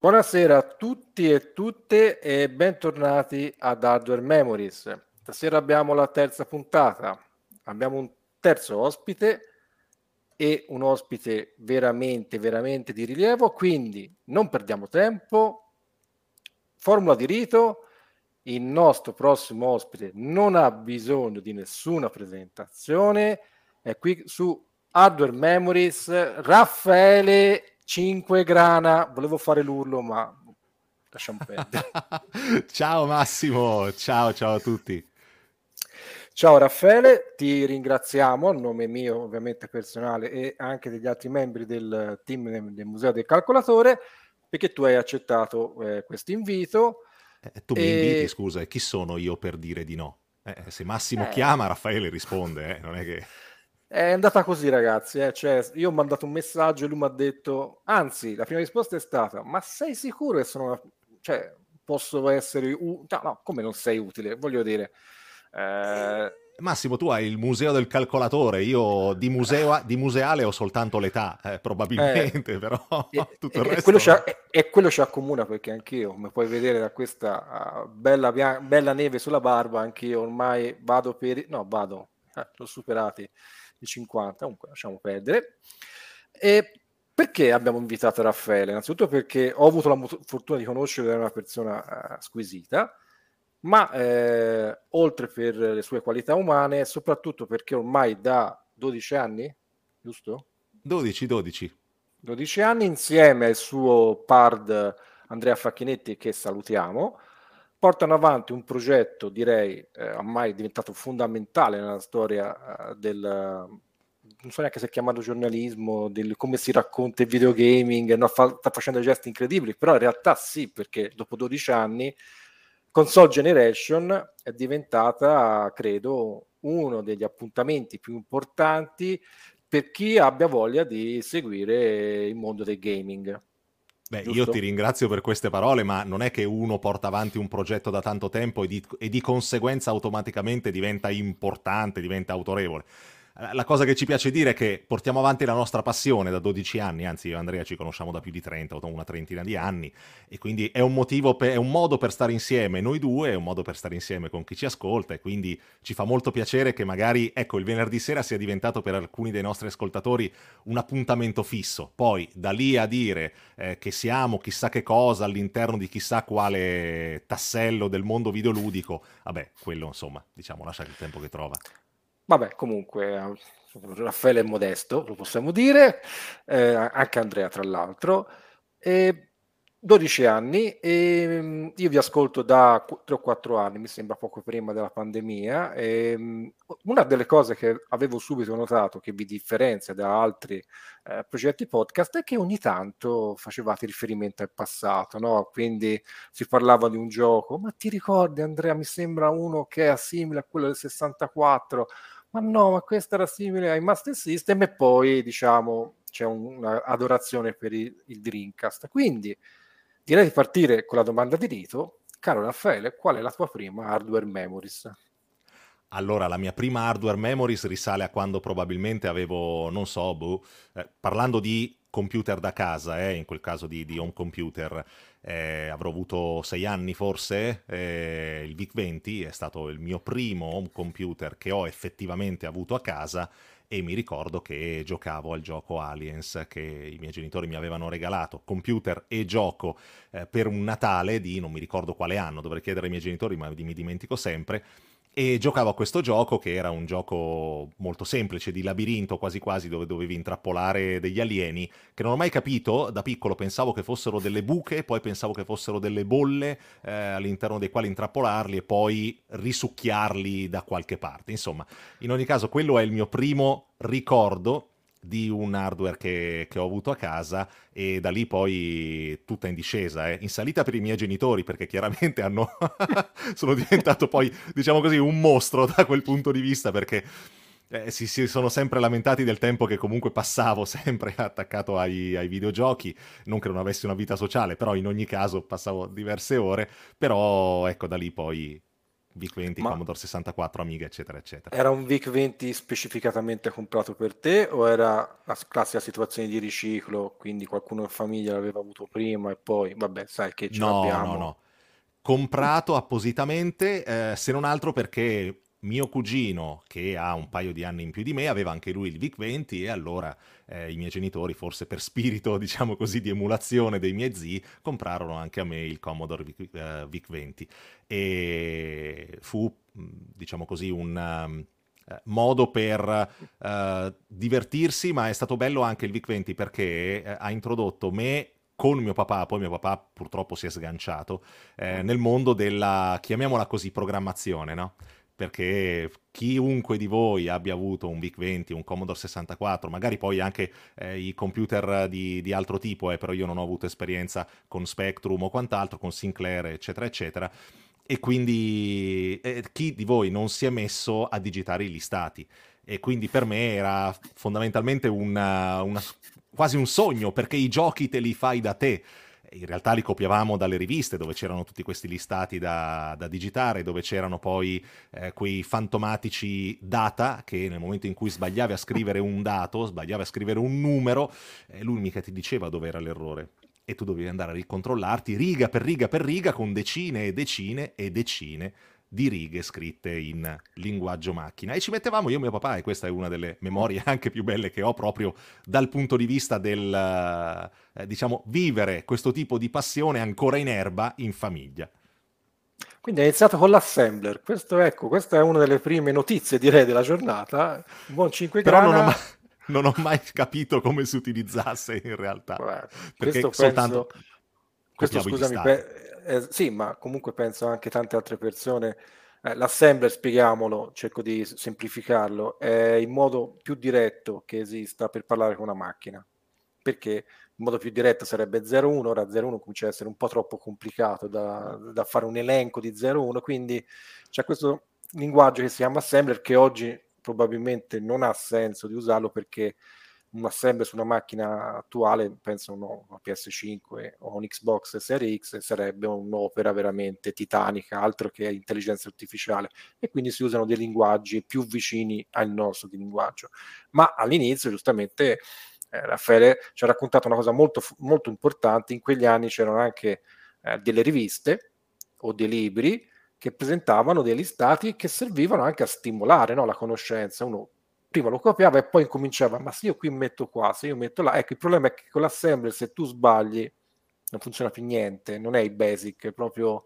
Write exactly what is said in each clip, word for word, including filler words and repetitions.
Buonasera a tutti e tutte e bentornati ad Hardware Memories. Stasera abbiamo la terza puntata, abbiamo un terzo ospite e un ospite veramente, veramente di rilievo, quindi non perdiamo tempo, formula di rito, il nostro prossimo ospite non ha bisogno di nessuna presentazione, è qui su Hardware Memories, Raffaele Cinquegrana. Volevo fare l'urlo, ma lasciamo perdere. Ciao Massimo, ciao ciao a tutti. Ciao Raffaele, ti ringraziamo a nome mio ovviamente personale e anche degli altri membri del team del, del Museo del Calcolatore perché tu hai accettato eh, questo invito. Eh, tu mi inviti, E scusa, e chi sono io per dire di no? Eh, se Massimo eh, chiama, Raffaele risponde, eh, non è che... è andata così, ragazzi. Eh. Cioè, io ho mandato un messaggio e lui mi ha detto, anzi, la prima risposta è stata: ma sei sicuro che sono, una- cioè, posso essere u-" no, no, come non sei utile? Voglio dire, eh, Eh, Massimo, tu hai il museo del calcolatore, io di, museo, di museale ho soltanto l'età, eh, eh, probabilmente, però e, tutto e- il e quello ci, resto... e- e quello ci accomuna perché anch'io, come puoi vedere da questa ah, bella, bia- bella neve sulla barba, anch'io ormai vado per, i- no, vado, eh, l'ho superati i cinquanta, comunque lasciamo perdere. E perché abbiamo invitato Raffaele? Innanzitutto perché ho avuto la mut- fortuna di conoscerlo, è una persona eh, squisita, ma eh, oltre per le sue qualità umane, soprattutto perché ormai da dodici anni, giusto? dodici, dodici. dodici anni insieme al suo pard Andrea Facchinetti, che salutiamo, portano avanti un progetto, direi, eh, ormai diventato fondamentale nella storia eh, del, non so neanche se chiamarlo giornalismo, del come si racconta il videogaming, no, fa, sta facendo gesti incredibili, però in realtà sì, perché dopo dodici anni Console Generation è diventata, credo, uno degli appuntamenti più importanti per chi abbia voglia di seguire il mondo del gaming, Beh, io ti giusto? ringrazio per queste parole, ma non è che uno porta avanti un progetto da tanto tempo e di, e di conseguenza automaticamente diventa importante, diventa autorevole. Eh, La cosa che ci piace dire è che portiamo avanti la nostra passione da dodici anni, anzi io e Andrea ci conosciamo da più di trenta, o una trentina di anni, e quindi è un motivo, per, è un modo per stare insieme noi due, è un modo per stare insieme con chi ci ascolta, e quindi ci fa molto piacere che magari, ecco, il venerdì sera sia diventato per alcuni dei nostri ascoltatori un appuntamento fisso. Poi da lì a dire eh, che siamo chissà che cosa all'interno di chissà quale tassello del mondo videoludico, vabbè, quello insomma, diciamo, lascia il tempo che trova. Vabbè, comunque, eh, Raffaele è modesto, lo possiamo dire, eh, anche Andrea, tra l'altro. E dodici anni, e mm, io vi ascolto da qu- tre o quattro anni, mi sembra poco prima della pandemia. E, mm, una delle cose che avevo subito notato che vi differenzia da altri eh, progetti podcast è che ogni tanto facevate riferimento al passato, no? Quindi si parlava di un gioco, ma ti ricordi Andrea, mi sembra uno che è simile a quello del sessantaquattro, ma no, ma questo era simile ai Master System, e poi diciamo c'è un'adorazione per il, il Dreamcast. Quindi direi di partire con la domanda di rito. Caro Raffaele, qual è la tua prima hardware memories? Allora, la mia prima hardware memories risale a quando probabilmente avevo, non so, boh, eh, parlando di computer da casa, eh, in quel caso di, di home computer, eh, avrò avuto sei anni forse, eh, il VIC venti è stato il mio primo home computer che ho effettivamente avuto a casa e mi ricordo che giocavo al gioco Aliens che i miei genitori mi avevano regalato, computer e gioco eh, per un Natale di non mi ricordo quale anno, dovrei chiedere ai miei genitori ma mi dimentico sempre, e giocavo a questo gioco che era un gioco molto semplice, di labirinto quasi quasi, dove dovevi intrappolare degli alieni, che non ho mai capito, da piccolo pensavo che fossero delle buche, poi pensavo che fossero delle bolle eh, all'interno dei quali intrappolarli e poi risucchiarli da qualche parte. Insomma, in ogni caso quello è il mio primo ricordo di un hardware che, che ho avuto a casa, e da lì poi tutta in discesa, eh. In salita per i miei genitori perché chiaramente hanno sono diventato poi, diciamo così, un mostro da quel punto di vista, perché eh, si, si sono sempre lamentati del tempo che comunque passavo sempre attaccato ai, ai videogiochi, non che non avessi una vita sociale, però in ogni caso passavo diverse ore, però ecco da lì poi VIC venti, Ma Commodore sessantaquattro, Amiga, eccetera, eccetera. era un VIC venti specificatamente comprato per te o era la s- classica situazione di riciclo, quindi qualcuno in famiglia l'aveva avuto prima e poi, vabbè, sai che ce No, no, l'abbiamo. no. Comprato appositamente, eh, se non altro perché mio cugino, che ha un paio di anni in più di me, aveva anche lui il VIC venti e allora eh, i miei genitori, forse per spirito, diciamo così, di emulazione dei miei zii, comprarono anche a me il Commodore VIC, eh, VIC venti. E fu, mh, diciamo così, un... um, eh, modo per eh, divertirsi, ma è stato bello anche il VIC venti perché eh, ha introdotto me con mio papà, poi mio papà purtroppo si è sganciato, eh, nel mondo della, chiamiamola così, programmazione, no? Perché chiunque di voi abbia avuto un VIC venti, un Commodore sessantaquattro, magari poi anche eh, i computer di, di altro tipo, eh, però io non ho avuto esperienza con Spectrum o quant'altro, con Sinclair, eccetera, eccetera, e quindi eh, chi di voi non si è messo a digitare i listati? E quindi per me era fondamentalmente una, una- quasi un sogno, perché i giochi te li fai da te. In realtà li copiavamo dalle riviste dove c'erano tutti questi listati da, da digitare, dove c'erano poi eh, quei fantomatici data che nel momento in cui sbagliavi a scrivere un dato, sbagliavi a scrivere un numero, eh, lui mica ti diceva dove era l'errore. E tu dovevi andare a ricontrollarti riga per riga per riga con decine e decine e decine di righe scritte in linguaggio macchina. E ci mettevamo io e mio papà, e questa è una delle memorie anche più belle che ho proprio dal punto di vista del, eh, diciamo, vivere questo tipo di passione ancora in erba in famiglia. Quindi è iniziato con l'assembler. Questo, ecco, questa è una delle prime notizie, direi, della giornata. Un buon cinque Però non ho mai, grana. non ho mai capito come si utilizzasse in realtà, Guarda, perché questo soltanto penso, questo copiavo i scusami, listati. pe- eh, sì, ma comunque penso anche tante altre persone. Eh, l'assembler, spieghiamolo, cerco di s- semplificarlo, è il modo più diretto che esista per parlare con una macchina. Perché il modo più diretto sarebbe zero uno, ora zero uno comincia a essere un po' troppo complicato da, da fare un elenco di zero uno, quindi c'è questo linguaggio che si chiama assembler che oggi probabilmente non ha senso di usarlo perché un assembler su una macchina attuale, penso no, una P S cinque o un Xbox Series X sarebbe un'opera veramente titanica, altro che intelligenza artificiale, e quindi si usano dei linguaggi più vicini al nostro di linguaggio. Ma all'inizio, giustamente, eh, Raffaele ci ha raccontato una cosa molto, molto importante. In quegli anni c'erano anche eh, delle riviste o dei libri che presentavano dei listati che servivano anche a stimolare, no, la conoscenza. Uno prima lo copiava e poi cominciava, ma se io qui metto qua, se io metto là, ecco, il problema è che con l'assembler se tu sbagli non funziona più niente, non è il basic, è proprio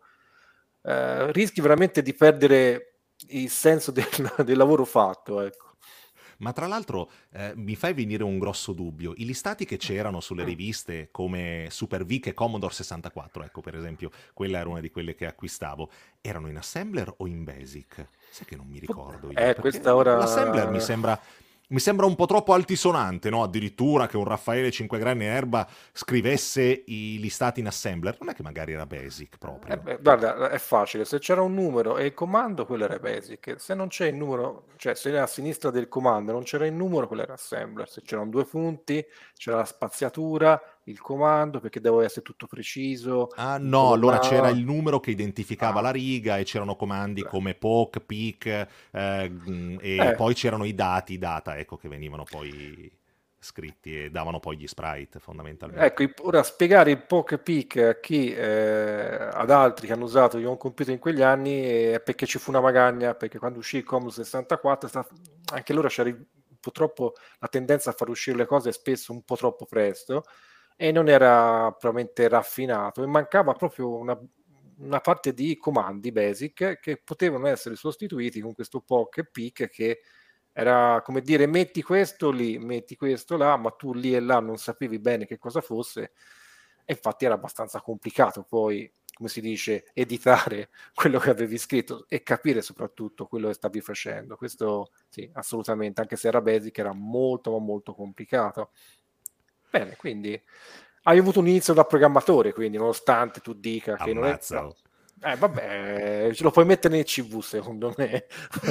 eh, rischi veramente di perdere il senso del, del lavoro fatto, ecco. Ma tra l'altro eh, mi fai venire un grosso dubbio. I listati che c'erano sulle riviste come Super Vic e Commodore sessantaquattro, ecco per esempio, quella era una di quelle che acquistavo, erano in assembler o in basic? Sai che non mi ricordo io, Eh, perché questa l'assembler mi ora sembra, mi sembra un po' troppo altisonante, no? Addirittura che un Raffaele cinque grani in erba scrivesse i listati in assembler. Non è che magari era basic Eh proprio. beh, guarda, è facile, se c'era un numero e il comando, quello era basic, se non c'è il numero, cioè se a sinistra del comando non c'era il numero, quello era assembler, se c'erano due punti, c'era la spaziatura, il comando, perché deve essere tutto preciso, Ah no, allora c'era incollava, il numero che identificava ah, la riga e c'erano comandi come poc, pic, eh, mm, e eh, poi c'erano i dati, i data, ecco, che venivano poi scritti e davano poi gli sprite fondamentalmente. ecco, il- ora spiegare il poke pick a chi, eh, ad altri che hanno usato gli home computer in quegli anni è perché ci fu una magagna, perché quando uscì il Commodore sessantaquattro, è stato- anche allora c'era purtroppo la tendenza a far uscire le cose spesso un po' troppo presto e non era probabilmente raffinato e mancava proprio una, una parte di comandi basic che potevano essere sostituiti con questo poke pick che era come dire metti questo lì, metti questo là, ma tu lì e là non sapevi bene che cosa fosse e infatti era abbastanza complicato poi, come si dice, editare quello che avevi scritto e capire soprattutto quello che stavi facendo. Questo sì, assolutamente, anche se era basic era molto ma molto complicato. Bene, quindi hai avuto un inizio da programmatore, quindi nonostante tu dica che non è... Ammazza. No. Oh. Eh, vabbè, ce lo puoi mettere nel C V secondo me.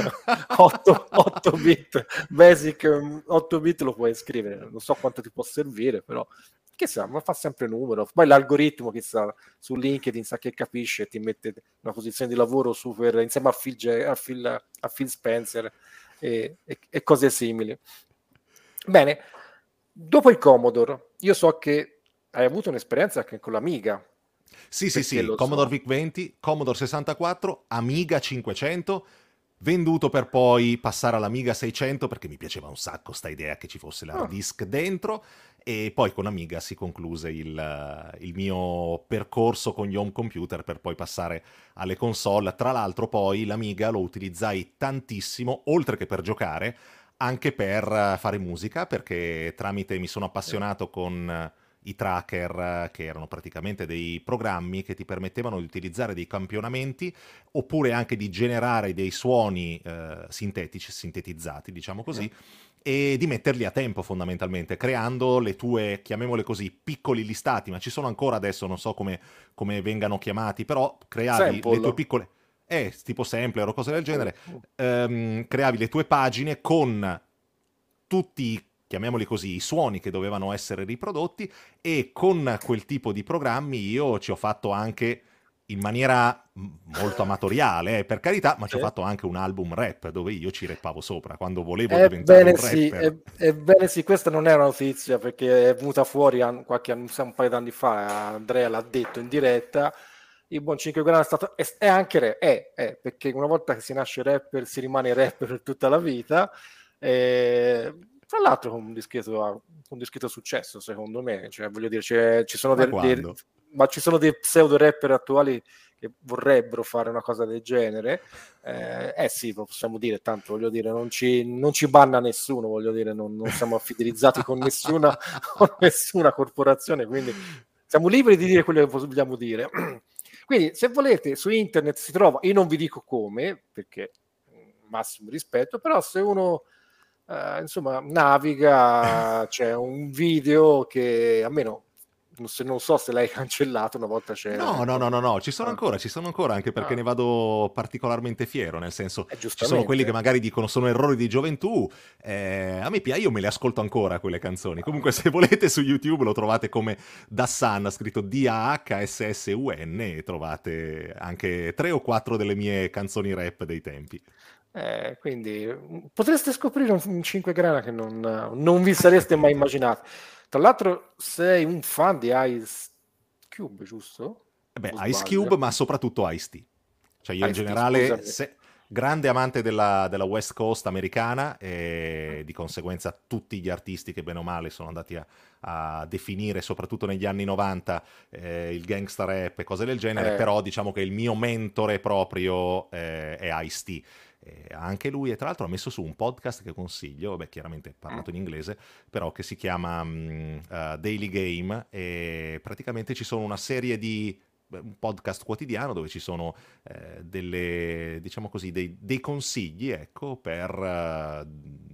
otto, otto bit, basic, mm, otto bit lo puoi scrivere, non so quanto ti può servire, però chissà, ma fa sempre numero. Poi l'algoritmo, chissà, su LinkedIn sa che capisce e ti mette in una posizione di lavoro super insieme a Phil, a Phil, a Phil Spencer e, e, e cose simili. Bene, dopo il Commodore, io so che hai avuto un'esperienza anche con l'Amiga. Sì, sì, sì, Commodore so. VIC venti, Commodore sessantaquattro, Amiga cinquecento, venduto per poi passare all'Amiga seicento perché mi piaceva un sacco sta idea che ci fosse l'hard disk oh. dentro, e poi con Amiga si concluse il, il mio percorso con gli home computer per poi passare alle console. Tra l'altro poi l'Amiga lo utilizzai tantissimo, oltre che per giocare, anche per fare musica, perché tramite mi sono appassionato con i tracker, che erano praticamente dei programmi che ti permettevano di utilizzare dei campionamenti oppure anche di generare dei suoni eh, sintetici, sintetizzati, diciamo così, e di metterli a tempo fondamentalmente, creando le tue, chiamiamole così, piccoli listati, ma ci sono ancora adesso, non so come, come vengano chiamati, però creavi Sample. le tue piccole... Eh, tipo sampler o cose del genere, ehm, creavi le tue pagine con tutti, chiamiamoli così, i suoni che dovevano essere riprodotti, e con quel tipo di programmi io ci ho fatto anche, in maniera molto amatoriale, eh, per carità, ma ci ho fatto anche un album rap dove io ci rappavo sopra quando volevo Ebbene diventare un sì, rapper. ebbene sì, questa non è una notizia perché è venuta fuori an- qualche anno, un paio d'anni fa, Andrea l'ha detto in diretta. Il buon cinque grana è stato è, è anche re, è, è, perché una volta che si nasce rapper si rimane rapper per tutta la vita. Eh, tra l'altro con un discreto, un discreto successo, secondo me, cioè, voglio dire, cioè, ci sono ma, dei, dei, ma ci sono dei pseudo rapper attuali che vorrebbero fare una cosa del genere. Eh, eh sì, lo possiamo dire, tanto voglio dire, non ci, non ci banna nessuno, voglio dire, non, non siamo fidelizzati con nessuna, con nessuna corporazione, quindi siamo liberi di dire quello che vogliamo dire. Quindi, se volete, su internet si trova, io non vi dico come, perché massimo rispetto, però se uno uh, insomma naviga, c'è un video che almeno se non so se l'hai cancellato una volta c'era. No, no, no, no, no, ci sono ah. ancora, ci sono ancora, anche perché ah. ne vado particolarmente fiero, nel senso, eh, ci sono quelli che magari dicono sono errori di gioventù, eh, a me piace, io me le ascolto ancora quelle canzoni, comunque se volete su YouTube lo trovate come Dassun, scritto D A H S S U N, e trovate anche tre o quattro delle mie canzoni rap dei tempi. Eh, quindi potreste scoprire un, un cinque grana che non, non vi sareste mai immaginati. Tra l'altro sei un fan di Ice Cube, giusto? Beh, Ice Cube, ma soprattutto Ice-T. Cioè io Ice in generale, se, grande amante della, della West Coast americana, e di conseguenza tutti gli artisti che bene o male sono andati a, a definire, soprattutto negli anni novanta, eh, il gangsta rap e cose del genere, eh. però diciamo che il mio mentore proprio eh, è Ice-T. Eh, anche lui, e tra l'altro ha messo su un podcast che consiglio, vabbè chiaramente parlato in inglese, però che si chiama um, uh, Daily Game, e praticamente ci sono una serie di un podcast quotidiano dove ci sono eh, delle, diciamo così, dei, dei consigli, ecco, per... Uh,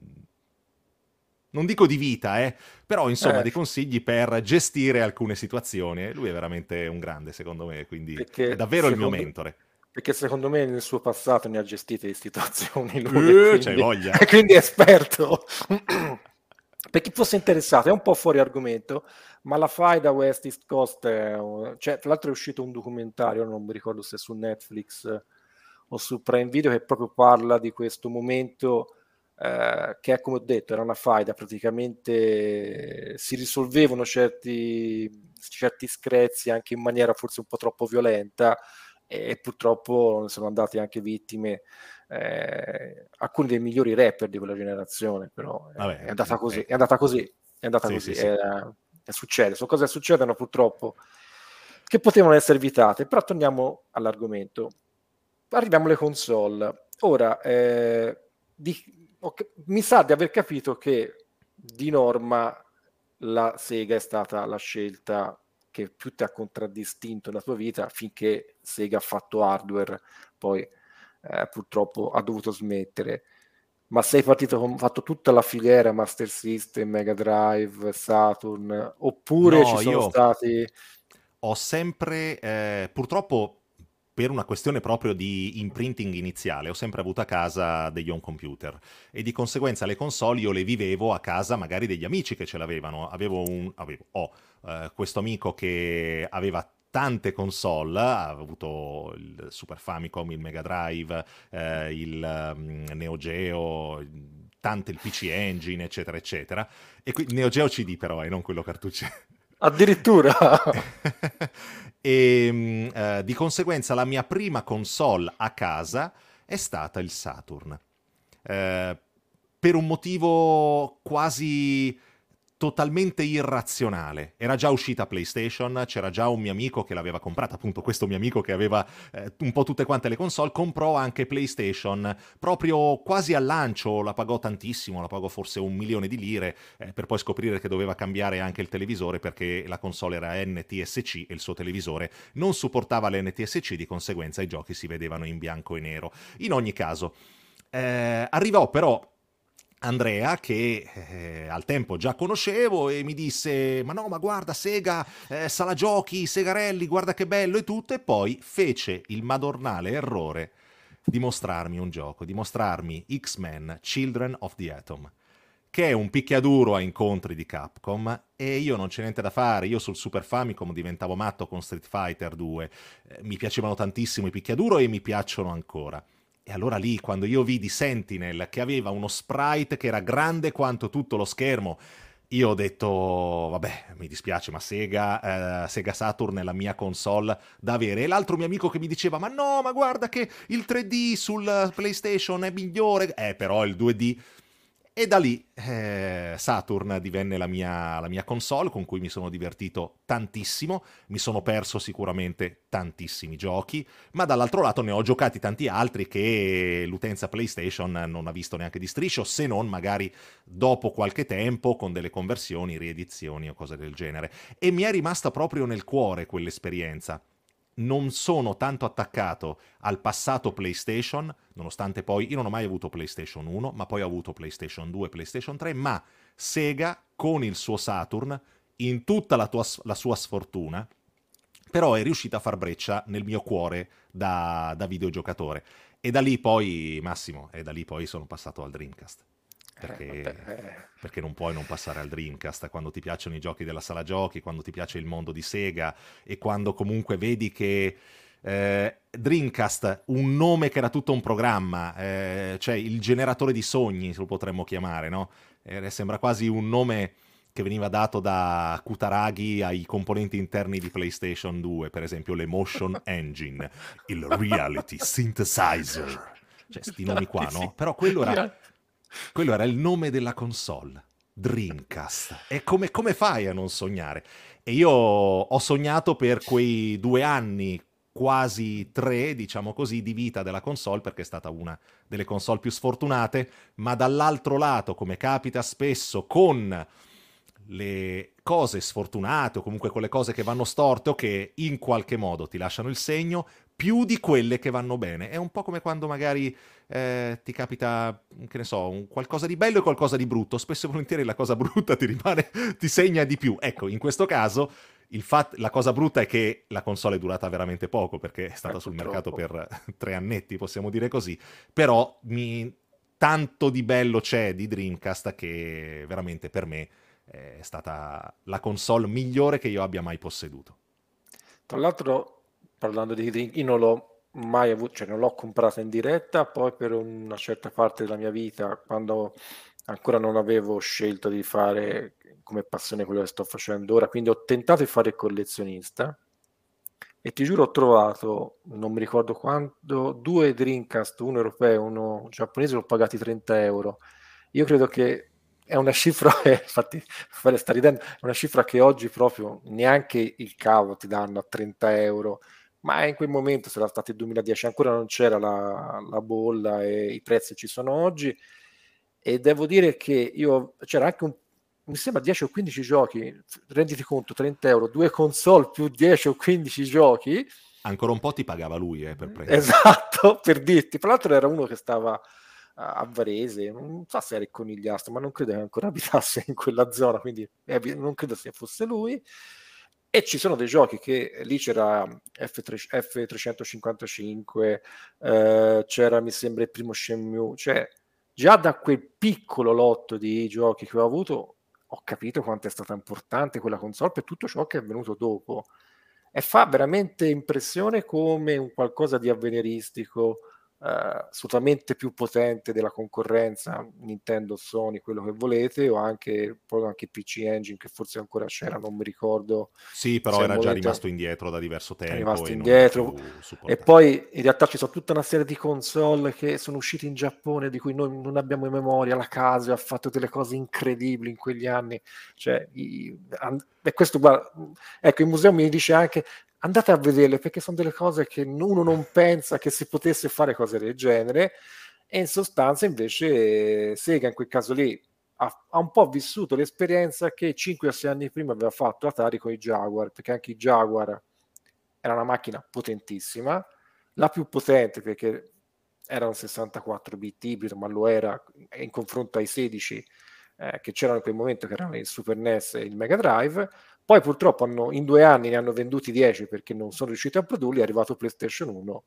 non dico di vita, eh, però insomma eh. dei consigli per gestire alcune situazioni. Lui è veramente un grande, secondo me, quindi Perché è davvero il mio mentore. Perché secondo me nel suo passato ne ha gestite di situazioni lui, uh, quindi, c'hai voglia. quindi è esperto. Per chi fosse interessato, è un po' fuori argomento, ma la faida West East Coast è, cioè, tra l'altro è uscito un documentario, non mi ricordo se è su Netflix o su Prime Video, che proprio parla di questo momento eh, che è, come ho detto, era una faida, praticamente si risolvevano certi, certi screzi anche in maniera forse un po' troppo violenta, e purtroppo sono andati anche vittime eh, alcuni dei migliori rapper di quella generazione, però Vabbè, è andata così, è andata così, è andata sì, così, sì, è, sì. È succede, sono cose che succedono purtroppo che potevano essere evitate, però torniamo all'argomento. Arriviamo alle console. Ora, eh, di, okay, mi sa di aver capito che di norma la Sega è stata la scelta che più ti ha contraddistinto nella tua vita, finché Sega ha fatto hardware, poi eh, purtroppo ha dovuto smettere. Ma sei partito con fatto tutta la filiera Master System, Mega Drive, Saturn, oppure no, ci sono io stati... Ho sempre, eh, purtroppo per una questione proprio di imprinting iniziale, ho sempre avuto a casa degli home computer e di conseguenza le console io le vivevo a casa magari degli amici che ce l'avevano. Avevo un, avevo, ho eh, questo amico che aveva tante console, ha avuto il Super Famicom, il Mega Drive, eh, il um, Neo Geo, tante, il P C Engine, eccetera, eccetera. E qui Neo Geo C D però, e non quello cartucce. Addirittura. E mh, eh, di conseguenza la mia prima console a casa è stata il Saturn. Eh, per un motivo quasi totalmente irrazionale. Era già uscita PlayStation, c'era già un mio amico che l'aveva comprata, appunto questo mio amico che aveva eh, un po' tutte quante le console, comprò anche PlayStation proprio quasi al lancio, la pagò tantissimo, la pagò forse un milione di lire, eh, per poi scoprire che doveva cambiare anche il televisore perché la console era N T S C e il suo televisore non supportava l'N T S C, di conseguenza i giochi si vedevano in bianco e nero. In ogni caso, eh, arrivò però Andrea, che eh, al tempo già conoscevo, e mi disse: ma no, ma guarda, Sega, eh, sala giochi, Segarelli, guarda che bello e tutto, e poi fece il madornale errore di mostrarmi un gioco, di mostrarmi X-Men Children of the Atom, che è un picchiaduro a incontri di Capcom, e io non c'è niente da fare, io sul Super Famicom diventavo matto con Street Fighter due, eh, mi piacevano tantissimo i picchiaduro e mi piacciono ancora. E allora lì, quando io vidi Sentinel, che aveva uno sprite che era grande quanto tutto lo schermo, io ho detto, vabbè, mi dispiace, ma Sega, eh, Sega Saturn è la mia console da avere. E l'altro mio amico che mi diceva, ma no, ma guarda che il tre D sul PlayStation è migliore. Eh, però il due D... E da lì eh, Saturn divenne la mia, la mia console con cui mi sono divertito tantissimo, mi sono perso sicuramente tantissimi giochi, ma dall'altro lato ne ho giocati tanti altri che l'utenza PlayStation non ha visto neanche di striscio, se non magari dopo qualche tempo con delle conversioni, riedizioni o cose del genere. E mi è rimasta proprio nel cuore quell'esperienza. Non sono tanto attaccato al passato PlayStation, nonostante poi io non ho mai avuto PlayStation uno, ma poi ho avuto PlayStation due, PlayStation tre, ma Sega con il suo Saturn, in tutta la, tua, la sua sfortuna, però è riuscita a far breccia nel mio cuore da, da videogiocatore. E da lì poi, Massimo, e da lì poi sono passato al Dreamcast. Perché, Eh, perché non puoi non passare al Dreamcast quando ti piacciono i giochi della sala giochi, quando ti piace il mondo di Sega e quando comunque vedi che eh, Dreamcast, un nome che era tutto un programma, eh, cioè il generatore di sogni, lo potremmo chiamare, no? Eh, sembra quasi un nome che veniva dato da Kutaragi ai componenti interni di PlayStation due, per esempio l'Emotion Engine, il Reality Synthesizer, cioè sti nomi qua, no? Però quello era... Quello era il nome della console, Dreamcast. E come, come fai a non sognare? E io ho sognato per quei due anni, quasi tre, diciamo così, di vita della console, perché è stata una delle console più sfortunate, ma dall'altro lato, come capita spesso con le cose sfortunate o comunque con le cose che vanno storte o che in qualche modo ti lasciano il segno, più di quelle che vanno bene. È un po' come quando magari eh, ti capita, che ne so, un qualcosa di bello e qualcosa di brutto. Spesso e volentieri la cosa brutta ti rimane, ti segna di più. Ecco, in questo caso il fat- la cosa brutta è che la console è durata veramente poco, perché è stata eh, sul purtroppo. mercato per tre annetti, possiamo dire così. Però mi... tanto di bello c'è di Dreamcast che veramente per me è stata la console migliore che io abbia mai posseduto. Tra l'altro, parlando di Drink, io non l'ho mai avuto, cioè non l'ho comprata in diretta, poi per una certa parte della mia vita, quando ancora non avevo scelto di fare come passione quello che sto facendo ora, quindi ho tentato di fare il collezionista e ti giuro ho trovato, non mi ricordo quando, due Dreamcast, uno europeo e uno giapponese, l'ho pagati trenta euro. Io credo che è una cifra, infatti Fede sta ridendo, è una cifra che oggi proprio neanche il cavo ti danno a trenta euro, ma in quel momento, se era stato il duemiladieci, ancora non c'era la, la bolla e i prezzi ci sono oggi, e devo dire che io, c'era anche un, mi sembra dieci o quindici giochi, renditi conto, trenta euro, due console più dieci o quindici giochi. Ancora un po' ti pagava lui eh, per prendere. Esatto, per dirti. Tra l'altro era uno che stava a Varese, non so se era il Conigliastro, ma non credo che ancora abitasse in quella zona, quindi eh, non credo sia fosse lui. E ci sono dei giochi che lì c'era F trecentocinquantacinque, eh, c'era mi sembra il primo Shenmue, cioè già da quel piccolo lotto di giochi che ho avuto ho capito quanto è stata importante quella console per tutto ciò che è venuto dopo, e fa veramente impressione come un qualcosa di avveniristico, eh, assolutamente più potente della concorrenza, Nintendo, Sony, quello che volete, o anche, poi anche P C Engine che forse ancora c'era, non mi ricordo Sì, però se al era già momento rimasto indietro da diverso è tempo rimasto e non era indietro. più E supportato. poi in realtà ci sono tutta una serie di console che sono uscite in Giappone di cui noi non abbiamo in memoria. La Casio ha fatto delle cose incredibili in quegli anni, cioè, i, e questo, guarda, ecco, il museo mi dice anche andate a vederle perché sono delle cose che uno non pensa che si potesse fare cose del genere, e in sostanza invece Sega in quel caso lì ha, ha un po' vissuto l'esperienza che cinque o sei anni prima aveva fatto Atari con i Jaguar, perché anche i Jaguar era una macchina potentissima, la più potente perché era un sessantaquattro bit ibrido, ma lo era in confronto ai sedici eh, che c'erano in quel momento, che erano il Super N E S e il Mega Drive. Poi purtroppo hanno, in due anni ne hanno venduti dieci perché non sono riusciti a produrli, è arrivato PlayStation uno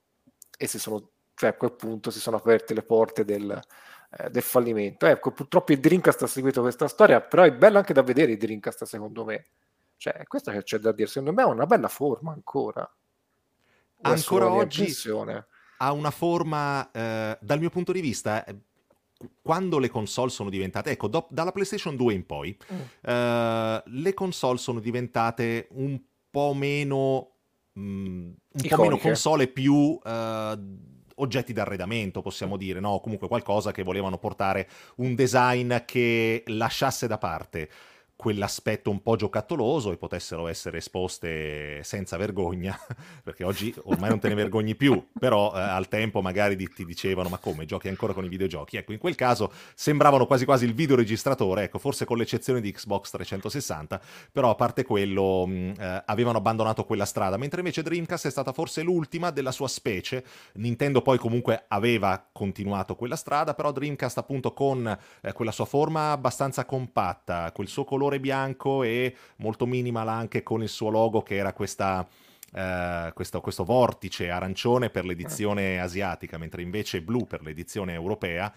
e si sono, cioè a quel punto si sono aperte le porte del, eh, del fallimento. Ecco, purtroppo il Dreamcast ha seguito questa storia, però è bello anche da vedere il Dreamcast, secondo me. Cioè, questa che c'è da dire, secondo me è una bella forma ancora. O è solo Ancora la mia oggi impressione? ha una forma, eh, dal mio punto di vista, eh, quando le console sono diventate, ecco, do- dalla PlayStation due in poi, Mm. eh, le console sono diventate un po' meno, mh, un po' meno Iconiche. console, più eh, oggetti d'arredamento, possiamo dire, no? Comunque qualcosa che volevano portare un design che lasciasse da parte quell'aspetto un po' giocattoloso e potessero essere esposte senza vergogna, perché oggi ormai non te ne vergogni più, però eh, al tempo magari di- ti dicevano ma come, giochi ancora con i videogiochi? Ecco, in quel caso sembravano quasi quasi il videoregistratore, ecco, forse con l'eccezione di Xbox trecentosessanta, però a parte quello mh, eh, avevano abbandonato quella strada, mentre invece Dreamcast è stata forse l'ultima della sua specie. Nintendo poi comunque aveva continuato quella strada, però Dreamcast appunto con eh, quella sua forma abbastanza compatta, quel suo colore bianco e molto minimal anche con il suo logo che era questa, eh, questo, questo vortice arancione per l'edizione asiatica, mentre invece blu per l'edizione europea,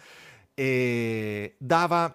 e dava,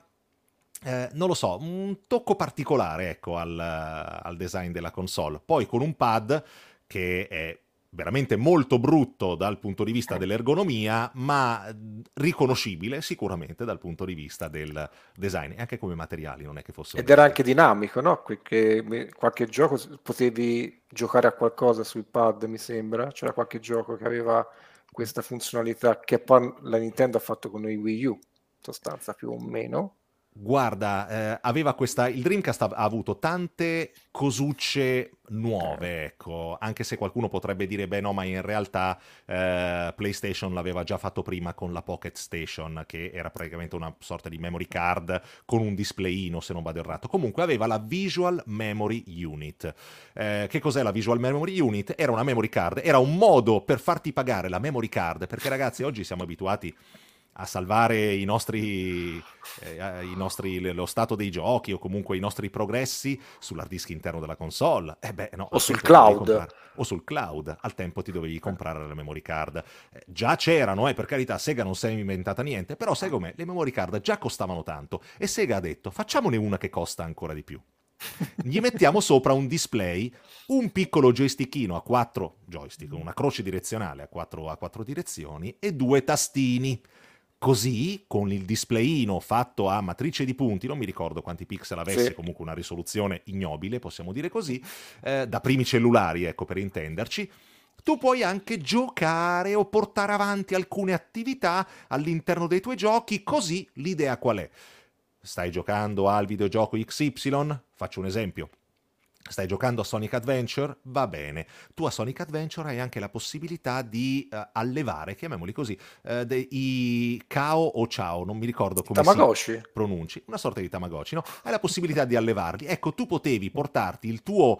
eh, non lo so, un tocco particolare, ecco, al, al design della console. Poi con un pad che è veramente molto brutto dal punto di vista dell'ergonomia, ma riconoscibile sicuramente dal punto di vista del design, e anche come materiali non è che fosse un Ed era granché. anche dinamico, no? Perché qualche gioco s- potevi giocare a qualcosa sul pad, mi sembra. C'era qualche gioco che aveva questa funzionalità che poi la Nintendo ha fatto con i Wii U, in sostanza più o meno. Guarda, eh, aveva questa. Il Dreamcast ha, ha avuto tante cosucce Eh, nuove, ecco, anche se qualcuno potrebbe dire, beh, no, ma in realtà eh, PlayStation l'aveva già fatto prima con la Pocket Station, che era praticamente una sorta di memory card con un displayino, se non vado errato. Comunque aveva la Visual Memory Unit. Eh, che cos'è la Visual Memory Unit? Era una memory card, era un modo per farti pagare la memory card, perché ragazzi, oggi siamo abituati a salvare i nostri, eh, i nostri, lo stato dei giochi o comunque i nostri progressi sull'hard disk interno della console. E eh beh, no, o al sul tempo ti dovevi cloud. comprare, o sul cloud, al tempo ti dovevi Eh, comprare la memory card. Eh, già c'erano, eh, per carità, Sega non si è inventata niente, però sai com'è, le memory card già costavano tanto e Sega ha detto facciamone una che costa ancora di più. Gli mettiamo sopra un display, un piccolo joystickino a quattro joystick, una croce direzionale a quattro, a quattro direzioni e due tastini. Così, con il displayino fatto a matrice di punti, non mi ricordo quanti pixel sì. avesse, comunque una risoluzione ignobile, possiamo dire così, eh, da primi cellulari, ecco, per intenderci, tu puoi anche giocare o portare avanti alcune attività all'interno dei tuoi giochi, così l'idea qual è? Stai giocando al videogioco X Y? Faccio un esempio. Stai giocando a Sonic Adventure? Va bene. Tu a Sonic Adventure hai anche la possibilità di eh, allevare, chiamiamoli così, eh, dei, i Kao o Ciao, non mi ricordo come si Tamagotchi. pronunci, una sorta di Tamagotchi, no? Hai la possibilità di allevarli. Ecco, tu potevi portarti il tuo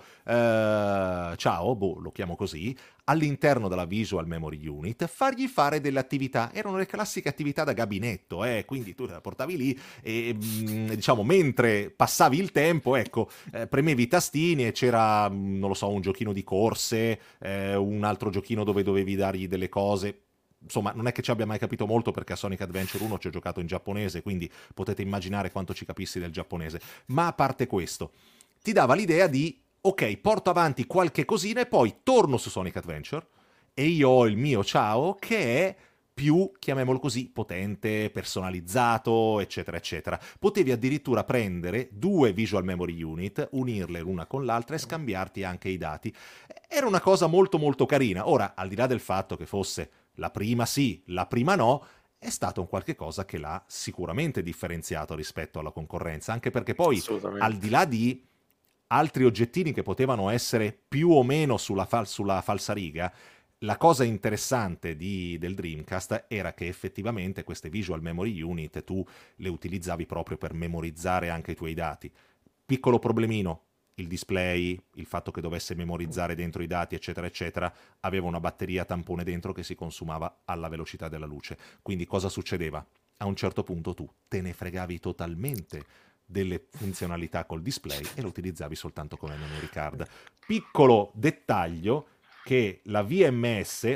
eh, Ciao, boh, lo chiamo così, all'interno della Visual Memory Unit, fargli fare delle attività. Erano le classiche attività da gabinetto, eh? Quindi tu te la portavi lì e, mh, diciamo, mentre passavi il tempo, ecco, eh, premevi i tastini giochini e c'era, non lo so, un giochino di corse, eh, un altro giochino dove dovevi dargli delle cose. Insomma, non è che ci abbia mai capito molto, perché a Sonic Adventure uno ci ho giocato in giapponese, quindi potete immaginare quanto ci capissi del giapponese. Ma a parte questo, ti dava l'idea di, ok, porto avanti qualche cosina e poi torno su Sonic Adventure e io ho il mio ciao che è più, chiamiamolo così, potente, personalizzato, eccetera, eccetera. Potevi addirittura prendere due Visual Memory Unit, unirle l'una con l'altra e scambiarti anche i dati. Era una cosa molto molto carina. Ora, al di là del fatto che fosse la prima sì, la prima no, è stato un qualche cosa che l'ha sicuramente differenziato rispetto alla concorrenza, anche perché poi, al Assolutamente. di là di altri oggettini che potevano essere più o meno sulla, fal- sulla falsariga, la cosa interessante di, del Dreamcast era che effettivamente queste Visual Memory Unit tu le utilizzavi proprio per memorizzare anche i tuoi dati. Piccolo problemino, il display, il fatto che dovesse memorizzare dentro i dati, eccetera, eccetera, aveva una batteria tampone dentro che si consumava alla velocità della luce. Quindi cosa succedeva? A un certo punto tu te ne fregavi totalmente delle funzionalità col display e lo utilizzavi soltanto come memory card. Piccolo dettaglio, che la V M S,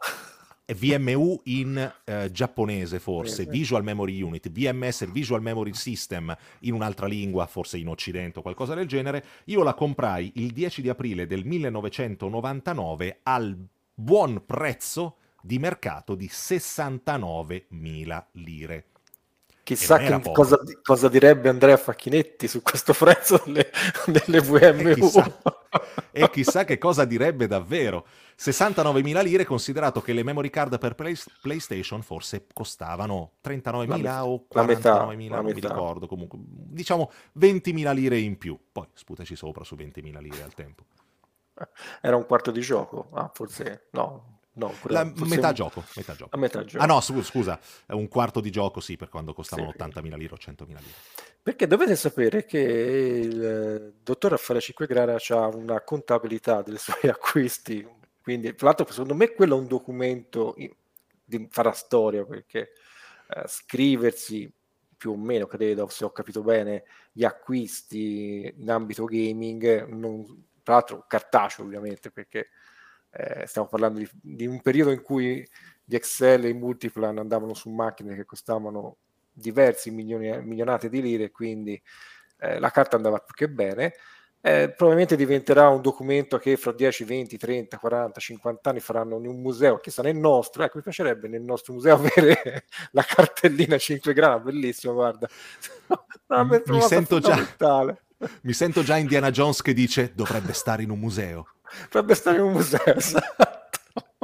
V M U in eh, giapponese forse, Visual Memory Unit, V M S Visual Memory System in un'altra lingua, forse in Occidente o qualcosa del genere, io la comprai il dieci di aprile del millenovecentonovantanove al buon prezzo di mercato di sessantanovemila lire. Chissà era che poco. cosa, cosa direbbe Andrea Facchinetti su questo prezzo delle, delle E V M U. chissà, e chissà che cosa direbbe davvero. sessantanovemila lire, considerato che le memory card per play, PlayStation forse costavano La metà, trentanovemila o la metà, quarantanovemila, la non mi metà. ricordo, comunque diciamo ventimila lire in più. Poi sputaci sopra su ventimila lire al tempo. Era un quarto di gioco? Ah, forse no, no, La pure, forse metà gioco, metà a gioco. metà Ah no, gioco. su- scusa, un quarto di gioco sì, per quando Sì. costavano ottantamila lire o centomila lire. Perché dovete sapere che il dottor Raffaele Cinquegrana ha una contabilità dei suoi acquisti, quindi tra l'altro secondo me quello è un documento in- di farà storia, perché eh, scriversi più o meno, credo, se ho capito bene, gli acquisti in ambito gaming, non, tra l'altro cartaceo ovviamente, perché eh, stiamo parlando di, di un periodo in cui gli Excel e i Multiplan andavano su macchine che costavano diversi milioni, milionate di lire, quindi eh, la carta andava più che bene. Eh, probabilmente diventerà un documento che fra dieci, venti, trenta, quaranta, cinquanta anni faranno in un museo, chissà nel nostro, ecco mi piacerebbe nel nostro museo avere la cartellina cinque gradi, bellissimo, guarda, M- una mi cosa sento già fondamentale. mi sento già Indiana Jones che dice dovrebbe stare in un museo. Dovrebbe stare in un museo, esatto.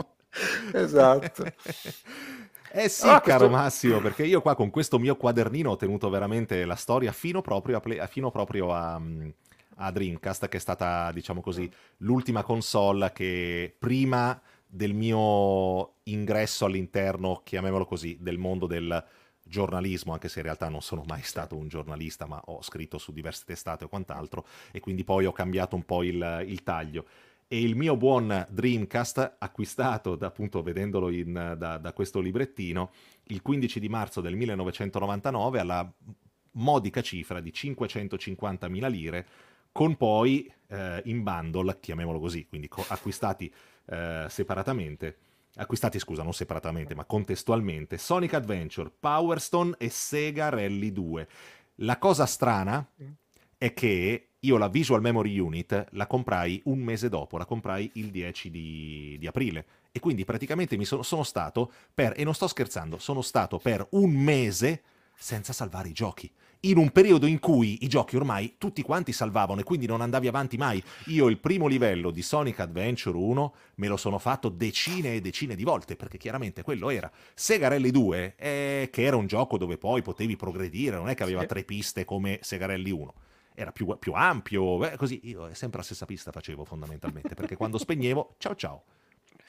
Esatto. Eh Allora, sì, caro questo... Massimo, perché io qua con questo mio quadernino ho tenuto veramente la storia fino proprio a, Play- fino proprio a, mm, a Dreamcast, che è stata, diciamo così, l'ultima console che prima del mio ingresso all'interno, chiamiamolo così, del mondo del giornalismo, anche se in realtà non sono mai stato un giornalista, ma ho scritto su diverse testate o quant'altro, e quindi poi ho cambiato un po' il, il taglio. E il mio buon Dreamcast, acquistato da, appunto vedendolo in, da, da questo librettino, il quindici di marzo del millenovecentonovantanove alla modica cifra di cinquecentocinquantamila lire, con poi eh, in bundle, chiamiamolo così, quindi co- acquistati eh, separatamente, acquistati scusa, non separatamente, ma contestualmente, Sonic Adventure, Power Stone e Sega Rally due. La cosa strana è che io la Visual Memory Unit la comprai un mese dopo, la comprai il dieci di, di aprile. E quindi praticamente mi sono, sono stato per, e non sto scherzando, sono stato per un mese senza salvare i giochi. In un periodo in cui i giochi ormai tutti quanti salvavano e quindi non andavi avanti mai. Io il primo livello di Sonic Adventure uno me lo sono fatto decine e decine di volte, perché chiaramente quello era. Sega Rally due, eh, che era un gioco dove poi potevi progredire, non è che aveva Sì. tre piste come Sega Rally uno. Era più, più ampio, beh, così io sempre la stessa pista facevo fondamentalmente, perché quando spegnevo, ciao ciao.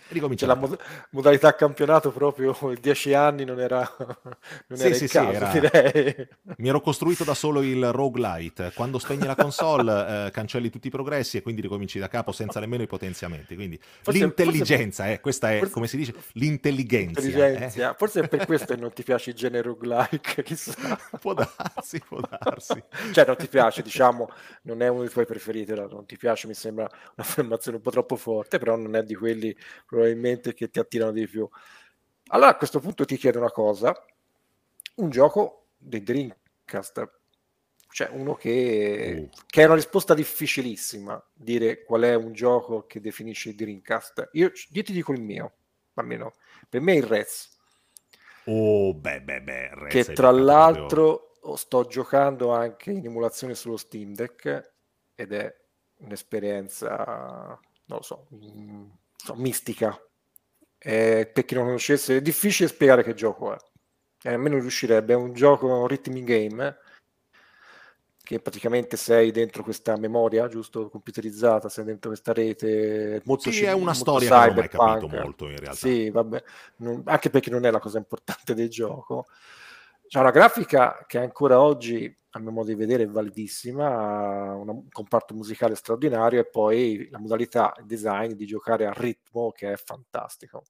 Ricomincia Cioè da la capo. mod- modalità campionato proprio dieci anni non era, non Sì, era sì, il sì, caso, era... direi. Mi ero costruito da solo il roguelite. Quando spegni la console, eh, cancelli tutti i progressi e quindi ricominci da capo senza nemmeno i potenziamenti. Quindi Forse, forse, l'intelligenza, eh, questa è, forse, come si dice, l'intelligenza. Eh. intelligenza, forse è per questo che non ti piace il genere roguelike, chissà. Può darsi, può darsi. Cioè non ti piace, diciamo, non è uno dei tuoi preferiti, no? Non ti piace, mi sembra un'affermazione un po' troppo forte, però non è di quelli probabilmente che ti attirano di più. Allora a questo punto ti chiedo una cosa, un gioco dei Dreamcast, cioè uno Uh, che, che è una risposta difficilissima, dire qual è un gioco che definisce il Dreamcast. Io, io ti dico il mio, almeno per me è il Rez, oh, beh, beh, beh, Rez che hai tra beccato proprio... l'altro sto giocando anche in emulazione sullo Steam Deck ed è un'esperienza, non lo so, mm, so, mistica. Eh, per chi non conoscesse, è difficile spiegare che gioco è. Eh, a me non riuscirebbe, è un gioco, un rhythm game, che praticamente sei dentro questa memoria, giusto, computerizzata, sei dentro questa rete, molto, Sì, ci- è una molto storia che non ho mai capito cyberpunk. molto in realtà. Sì, vabbè, non- anche perché non è la cosa importante del gioco. C'è una grafica che ancora oggi, a mio modo di vedere, è validissima, ha una- un comparto musicale straordinario e poi la modalità, il design di giocare a ritmo che è fantastico.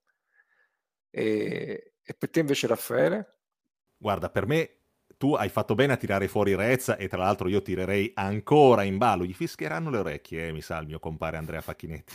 E, e per te invece, Raffaele? Guarda, per me tu hai fatto bene a tirare fuori Rez e tra l'altro io tirerei ancora in ballo. Gli fischieranno le orecchie, eh, mi sa, il mio compare Andrea Facchinetti.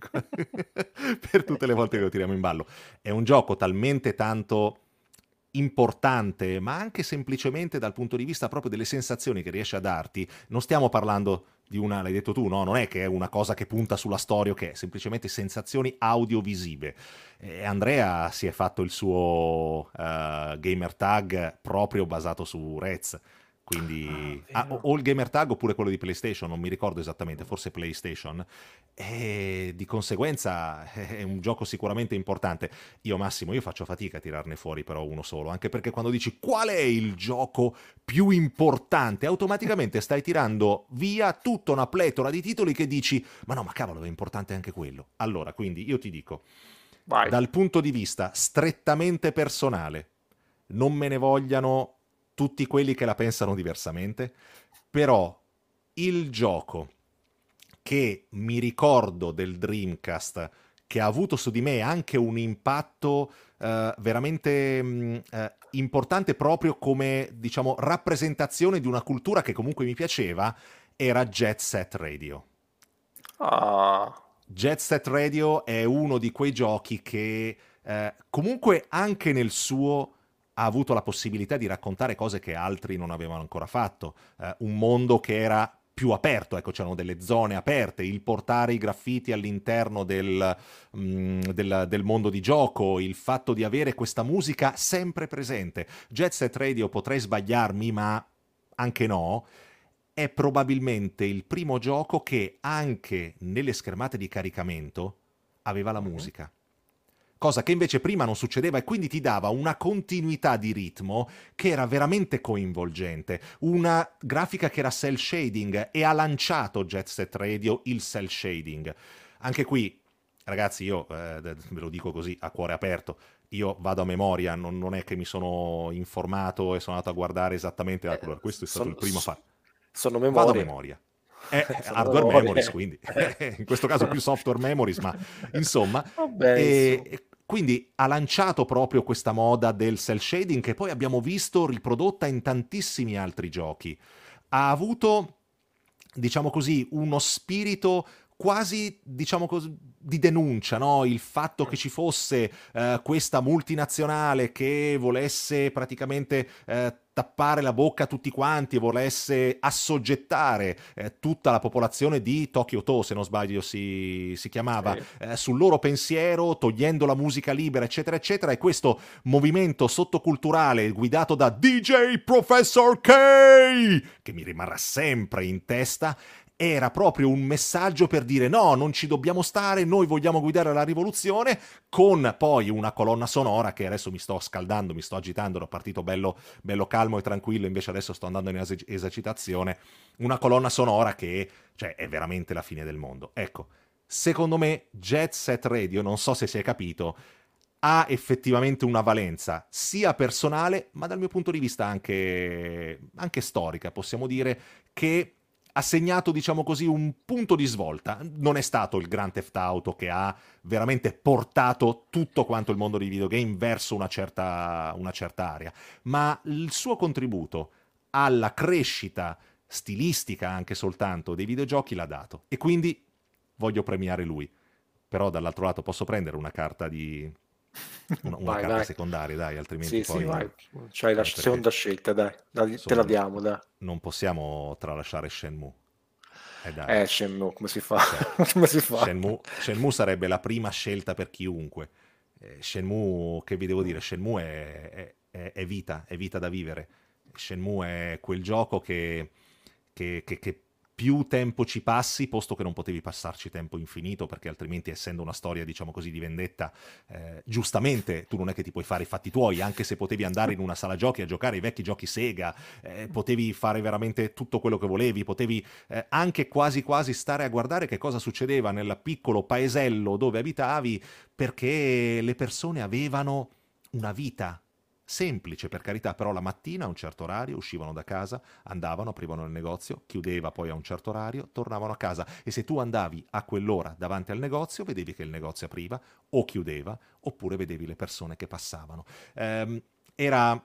Per tutte le volte che lo tiriamo in ballo. È un gioco talmente tanto importante, ma anche semplicemente dal punto di vista proprio delle sensazioni che riesce a darti. Non stiamo parlando di una, l'hai detto tu, no? Non è che è una cosa che punta sulla storia, che è semplicemente sensazioni audiovisive. E Andrea si è fatto il suo uh, gamer tag proprio basato su Rez. Ah, Quindi, ah, o vero. o il gamer tag oppure quello di PlayStation, non mi ricordo esattamente, forse PlayStation. E di conseguenza è un gioco sicuramente importante. Io, Massimo, io faccio fatica a tirarne fuori però uno solo, anche perché quando dici qual è il gioco più importante, automaticamente stai tirando via tutta una pletora di titoli che dici, ma no, ma cavolo, è importante anche quello. Allora, quindi io ti dico, Vai. dal punto di vista strettamente personale, non me ne vogliano tutti quelli che la pensano diversamente, però il gioco che mi ricordo del Dreamcast, che ha avuto su di me anche un impatto eh, veramente mh, eh, importante proprio come, diciamo, rappresentazione di una cultura che comunque mi piaceva, era Jet Set Radio. Ah, Jet Set Radio è uno di quei giochi che eh, comunque anche nel suo ha avuto la possibilità di raccontare cose che altri non avevano ancora fatto. Eh, un mondo che era più aperto, ecco, c'erano delle zone aperte, il portare i graffiti all'interno del, mm, del, del mondo di gioco, il fatto di avere questa musica sempre presente. Jet Set Radio, potrei sbagliarmi, ma anche no, è probabilmente il primo gioco che anche nelle schermate di caricamento aveva la mhm. musica. Cosa che invece prima non succedeva e quindi ti dava una continuità di ritmo che era veramente coinvolgente, una grafica che era cel shading e ha lanciato Jet Set Radio il cel shading. Anche qui, ragazzi, io eh, ve lo dico così a cuore aperto, io vado a memoria, non, non è che mi sono informato e sono andato a guardare esattamente, Eh, allora, questo è stato il son- primo a s- fare. sono Vado a memorie. memoria. È Sono hardware memories, memorie. quindi in questo caso più software memories, ma insomma, Va e, benissimo. e quindi ha lanciato proprio questa moda del cel shading che poi abbiamo visto riprodotta in tantissimi altri giochi. Ha avuto, diciamo così, uno spirito quasi, diciamo così, di denuncia, no? Il fatto che ci fosse eh, questa multinazionale che volesse praticamente eh, tappare la bocca a tutti quanti e volesse assoggettare eh, tutta la popolazione di Tokyo To, se non sbaglio si, si chiamava, Sì. eh, sul loro pensiero, togliendo la musica libera, eccetera, eccetera, e questo movimento sottoculturale guidato da D J Professor K, che mi rimarrà sempre in testa, era proprio un messaggio per dire no, non ci dobbiamo stare, noi vogliamo guidare la rivoluzione, con poi una colonna sonora che adesso mi sto scaldando, mi sto agitando, ero partito bello, bello calmo e tranquillo, invece adesso sto andando in es- esercitazione, una colonna sonora che, cioè, è veramente la fine del mondo. Ecco, secondo me Jet Set Radio, non so se si è capito, ha effettivamente una valenza sia personale, ma dal mio punto di vista anche, anche storica, possiamo dire, che ha segnato, diciamo così, un punto di svolta. Non è stato il Grand Theft Auto che ha veramente portato tutto quanto il mondo dei videogame verso una certa, una certa area, ma il suo contributo alla crescita stilistica anche soltanto dei videogiochi l'ha dato. E quindi voglio premiare lui. Però dall'altro lato posso prendere una carta di... una, una Vai, carta vai. secondaria, dai, altrimenti Sì, sì, vai. poi... C'hai la eh, perché seconda scelta, dai. Dai, te la insomma no- diamo, dai. non possiamo tralasciare Shenmue. Eh dai, Eh, Shenmue, come si fa? cioè, Come si fa? Shenmue, Shenmue sarebbe la prima scelta per chiunque. Eh, Shenmue, che vi devo dire, Shenmue è, è- è- è vita, è vita da vivere. Shenmue è quel gioco che, che- che- che più tempo ci passi, posto che non potevi passarci tempo infinito, perché altrimenti, essendo una storia, diciamo così, di vendetta, eh, giustamente tu non è che ti puoi fare i fatti tuoi, anche se potevi andare in una sala giochi a giocare i vecchi giochi Sega, eh, potevi fare veramente tutto quello che volevi, potevi eh, anche quasi quasi stare a guardare che cosa succedeva nel piccolo paesello dove abitavi, perché le persone avevano una vita semplice, per carità, però la mattina a un certo orario uscivano da casa, andavano, aprivano il negozio, chiudeva poi a un certo orario, tornavano a casa, e se tu andavi a quell'ora davanti al negozio, vedevi che il negozio apriva o chiudeva, oppure vedevi le persone che passavano. Ehm, era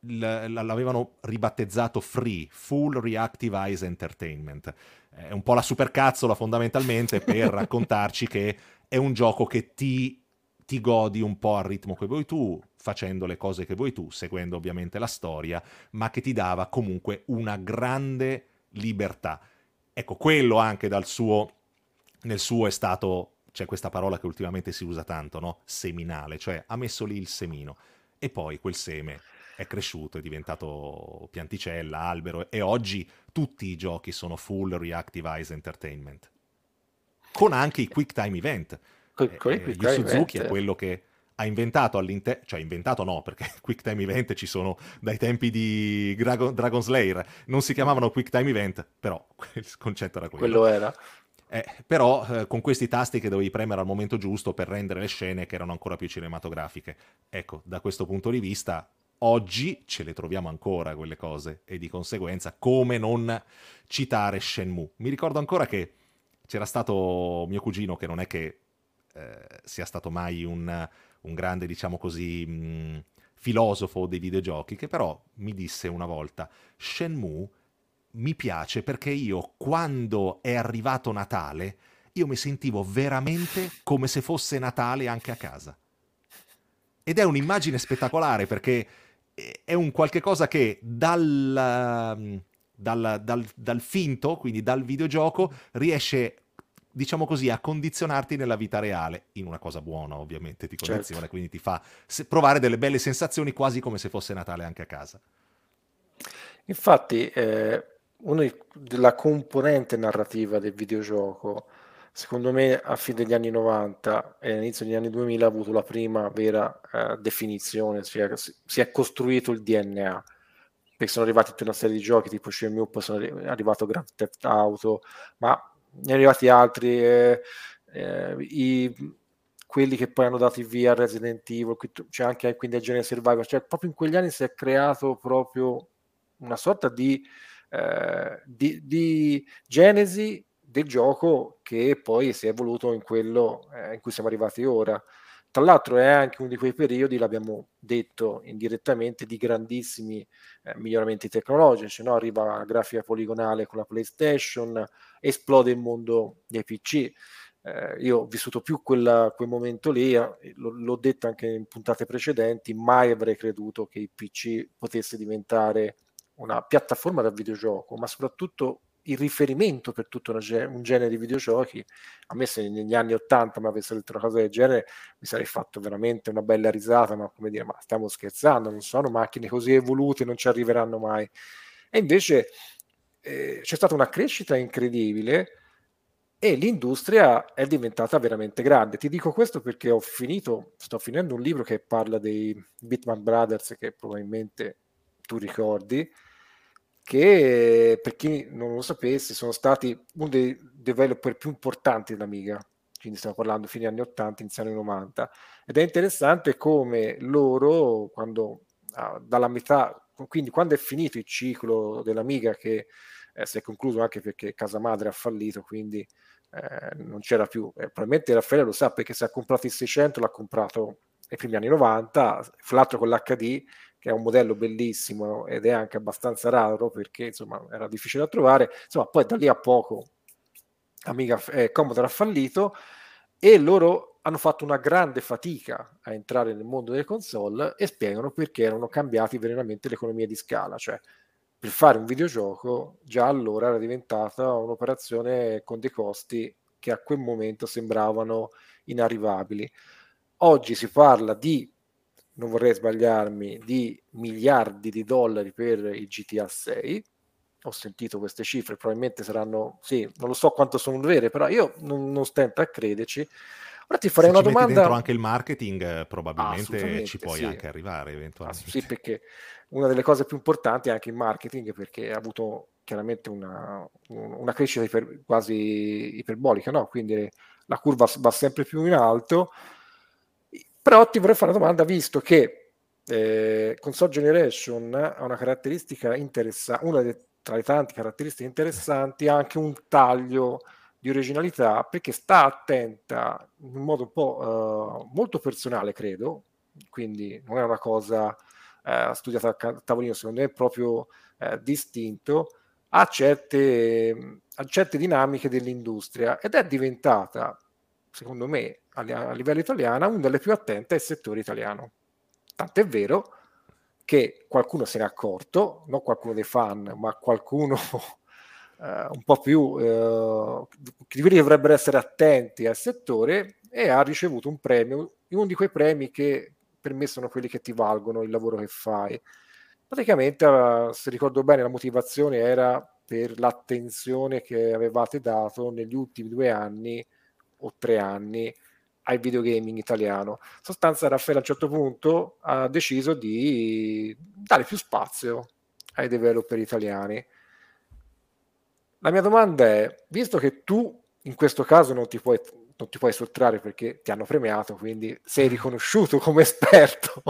l- l'avevano ribattezzato Free, Full Reactive Eyes Entertainment. È un po' la supercazzola fondamentalmente per raccontarci che è un gioco che ti, ti godi un po' al ritmo che vuoi tu, facendo le cose che vuoi tu, seguendo ovviamente la storia, ma che ti dava comunque una grande libertà. Ecco, quello anche dal suo, nel suo è stato, c'è questa parola che ultimamente si usa tanto, no? Seminale, cioè ha messo lì il semino e poi quel seme è cresciuto, è diventato pianticella, albero, e oggi tutti i giochi sono full reactive eyes entertainment, con anche i quick time event. Con, Eh, con i eh, quick Yu Suzuki è event. quello che ha inventato all'interno, cioè inventato no, perché quick time event ci sono dai tempi di Dragon, Dragon Slayer, non si chiamavano quick time event, però il concetto era quello. Quello era. Eh, però eh, con questi tasti che dovevi premere al momento giusto per rendere le scene che erano ancora più cinematografiche. Ecco, da questo punto di vista, oggi ce le troviamo ancora quelle cose, e di conseguenza come non citare Shenmue. Mi ricordo ancora che c'era stato mio cugino, che non è che eh, sia stato mai un, un grande, diciamo così, mh, filosofo dei videogiochi, che però mi disse una volta: Shenmue mi piace perché io, quando è arrivato Natale, io mi sentivo veramente come se fosse Natale anche a casa. Ed è un'immagine spettacolare, perché è un qualche cosa che dal, dal, dal, dal finto, quindi dal videogioco, riesce, diciamo così, a condizionarti nella vita reale, in una cosa buona ovviamente ti Certo. condiziona, quindi ti fa provare delle belle sensazioni, quasi come se fosse Natale anche a casa. Infatti, eh, una di- della componente narrativa del videogioco, secondo me, a fine degli anni novanta e all'inizio degli anni duemila ha avuto la prima vera eh, definizione, si è, si è costruito il D N A, perché sono arrivati tutta una serie di giochi tipo Shenmue, poi sono arri- è arrivato Grand Theft Auto, ma ne sono arrivati altri, eh, eh, i- quelli che poi hanno dato il via a Resident Evil, qui tu- c'è anche quindi a Genere Survivor, cioè proprio in quegli anni si è creato proprio una sorta di, eh, di, di genesi del gioco che poi si è evoluto in quello eh, in cui siamo arrivati ora. Tra l'altro è anche uno di quei periodi, l'abbiamo detto indirettamente, di grandissimi eh, miglioramenti tecnologici, no? Arriva la grafica poligonale con la PlayStation, esplode il mondo dei P C. Eh, io ho vissuto più quella, quel momento lì, eh, lo, l'ho detto anche in puntate precedenti, mai avrei creduto che il P C potesse diventare una piattaforma da videogioco, ma soprattutto il riferimento per tutto una, un genere di videogiochi. A me se negli anni ottanta mi avessero detto una cosa del genere mi sarei fatto veramente una bella risata, ma come dire, ma stiamo scherzando, non sono macchine così evolute, non ci arriveranno mai. E invece eh, c'è stata una crescita incredibile e l'industria è diventata veramente grande. Ti dico questo perché ho finito, sto finendo un libro che parla dei Bitman Brothers, che probabilmente tu ricordi, che per chi non lo sapesse sono stati uno dei developer più importanti dell'Amiga. quindi stiamo parlando fine anni ottanta, inizio anni novanta, ed è interessante come loro, quando ah, dalla metà, quindi quando è finito il ciclo dell'Amiga, che eh, si è concluso anche perché casa madre ha fallito, quindi eh, non c'era più, eh, probabilmente Raffaele lo sa perché se ha comprato il seicento l'ha comprato nei primi anni novanta, fra l'altro con l'H D, che è un modello bellissimo ed è anche abbastanza raro perché insomma era difficile da trovare, insomma poi da lì a poco Amiga, eh, Commodore ha fallito e loro hanno fatto una grande fatica a entrare nel mondo delle console e spiegano perché erano cambiati veramente le economie di scala, cioè per fare un videogioco già allora era diventata un'operazione con dei costi che a quel momento sembravano inarrivabili. Oggi si parla di, non vorrei sbagliarmi, di miliardi di dollari per il G T A sei. Ho sentito queste cifre, probabilmente saranno, sì, non lo so quanto sono vere, però io non, non stento a crederci. Ora ti farei Se una ci metti dentro domanda. anche il marketing, eh, Ah, probabilmente ci assolutamente, puoi sì. anche arrivare Ah, sì, eventualmente. perché una delle cose più importanti è anche il marketing, perché ha avuto chiaramente una, una crescita iper, quasi iperbolica, no? Quindi la curva va sempre più in alto. Però ti vorrei fare una domanda, visto che eh, Console Generation ha una caratteristica interessante, una de- tra le tante caratteristiche interessanti, ha anche un taglio di originalità, perché sta attenta in un modo un po' eh, molto personale, credo, quindi non è una cosa eh, studiata a tavolino, secondo me è proprio eh, distinto, a certe, a certe dinamiche dell'industria ed è diventata, secondo me, a, a livello italiano, una delle più attente al settore italiano. Tant'è vero che qualcuno se n'è accorto, non qualcuno dei fan, ma qualcuno eh, un po' più eh, di quelli che dovrebbero essere attenti al settore e ha ricevuto un premio, uno di quei premi che per me sono quelli che ti valgono il lavoro che fai. Praticamente, eh, se ricordo bene, la motivazione era per l'attenzione che avevate dato negli ultimi due anni o tre anni al videogaming italiano. In sostanza, Raffaele a un certo punto ha deciso di dare più spazio ai developer italiani. La mia domanda è, visto che tu in questo caso non ti puoi, non ti puoi sottrarre perché ti hanno premiato, quindi sei riconosciuto come esperto.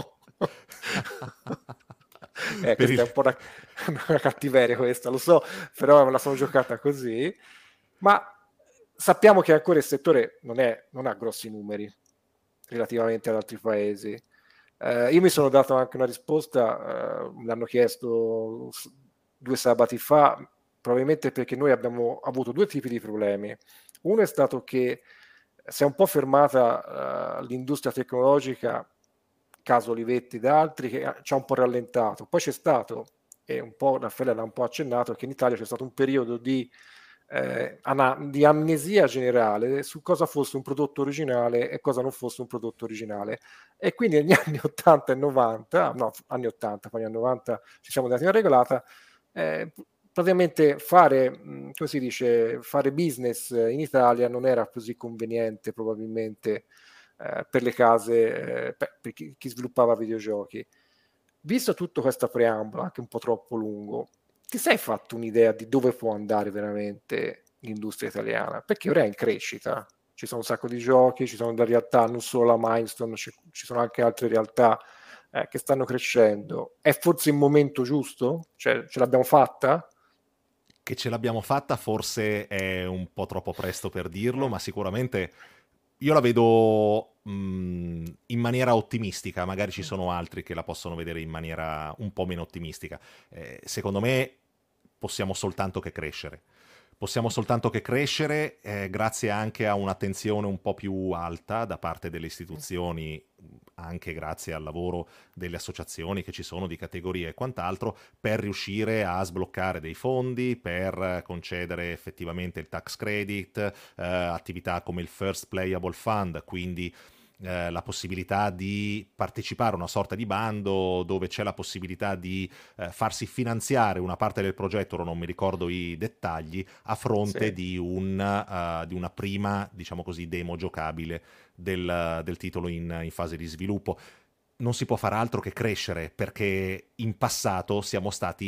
eh, Per il... questa è un po' una, una cattiveria questa, lo so, però me la sono giocata così. Ma sappiamo che ancora il settore non, è, non ha grossi numeri relativamente ad altri paesi. Eh, io mi sono dato anche una risposta, eh, me l'hanno chiesto due sabati fa, probabilmente perché noi abbiamo avuto due tipi di problemi. Uno è stato che si è un po' fermata uh, l'industria tecnologica, caso Olivetti ed altri, che ci ha un po' rallentato. Poi c'è stato, e un po' Raffaele l'ha un po' accennato, che in Italia c'è stato un periodo di, eh, ana- di amnesia generale su cosa fosse un prodotto originale e cosa non fosse un prodotto originale. E quindi negli anni ottanta e novanta, no, anni ottanta, poi negli anni novanta ci siamo dati una regolata, eh, praticamente fare, mh, come si dice, fare business in Italia non era così conveniente probabilmente eh, per le case, eh, per, per chi, chi sviluppava videogiochi. Visto tutto questo preambolo, anche un po' troppo lungo, ti sei fatto un'idea di dove può andare veramente l'industria italiana? Perché ora è in crescita, ci sono un sacco di giochi, ci sono da realtà, non solo la Milestone, ci, ci sono anche altre realtà eh, che stanno crescendo. È forse il momento giusto? Cioè, ce l'abbiamo fatta? Che ce l'abbiamo fatta forse è un po' troppo presto per dirlo, Mm. ma sicuramente io la vedo mh, in maniera ottimistica, magari ci sono altri che la possono vedere in maniera un po' meno ottimistica. Eh, secondo me possiamo soltanto che crescere. Possiamo soltanto che crescere eh, grazie anche a un'attenzione un po' più alta da parte delle istituzioni, anche grazie al lavoro delle associazioni che ci sono di categorie e quant'altro, per riuscire a sbloccare dei fondi, per concedere effettivamente il tax credit, eh, attività come il First Playable Fund, quindi eh, la possibilità di partecipare a una sorta di bando dove c'è la possibilità di eh, farsi finanziare una parte del progetto, ora non mi ricordo i dettagli, a fronte Sì. di, un, uh, di una prima, diciamo così, demo giocabile del, del titolo in, in fase di sviluppo. Non si può fare altro che crescere, perché in passato siamo stati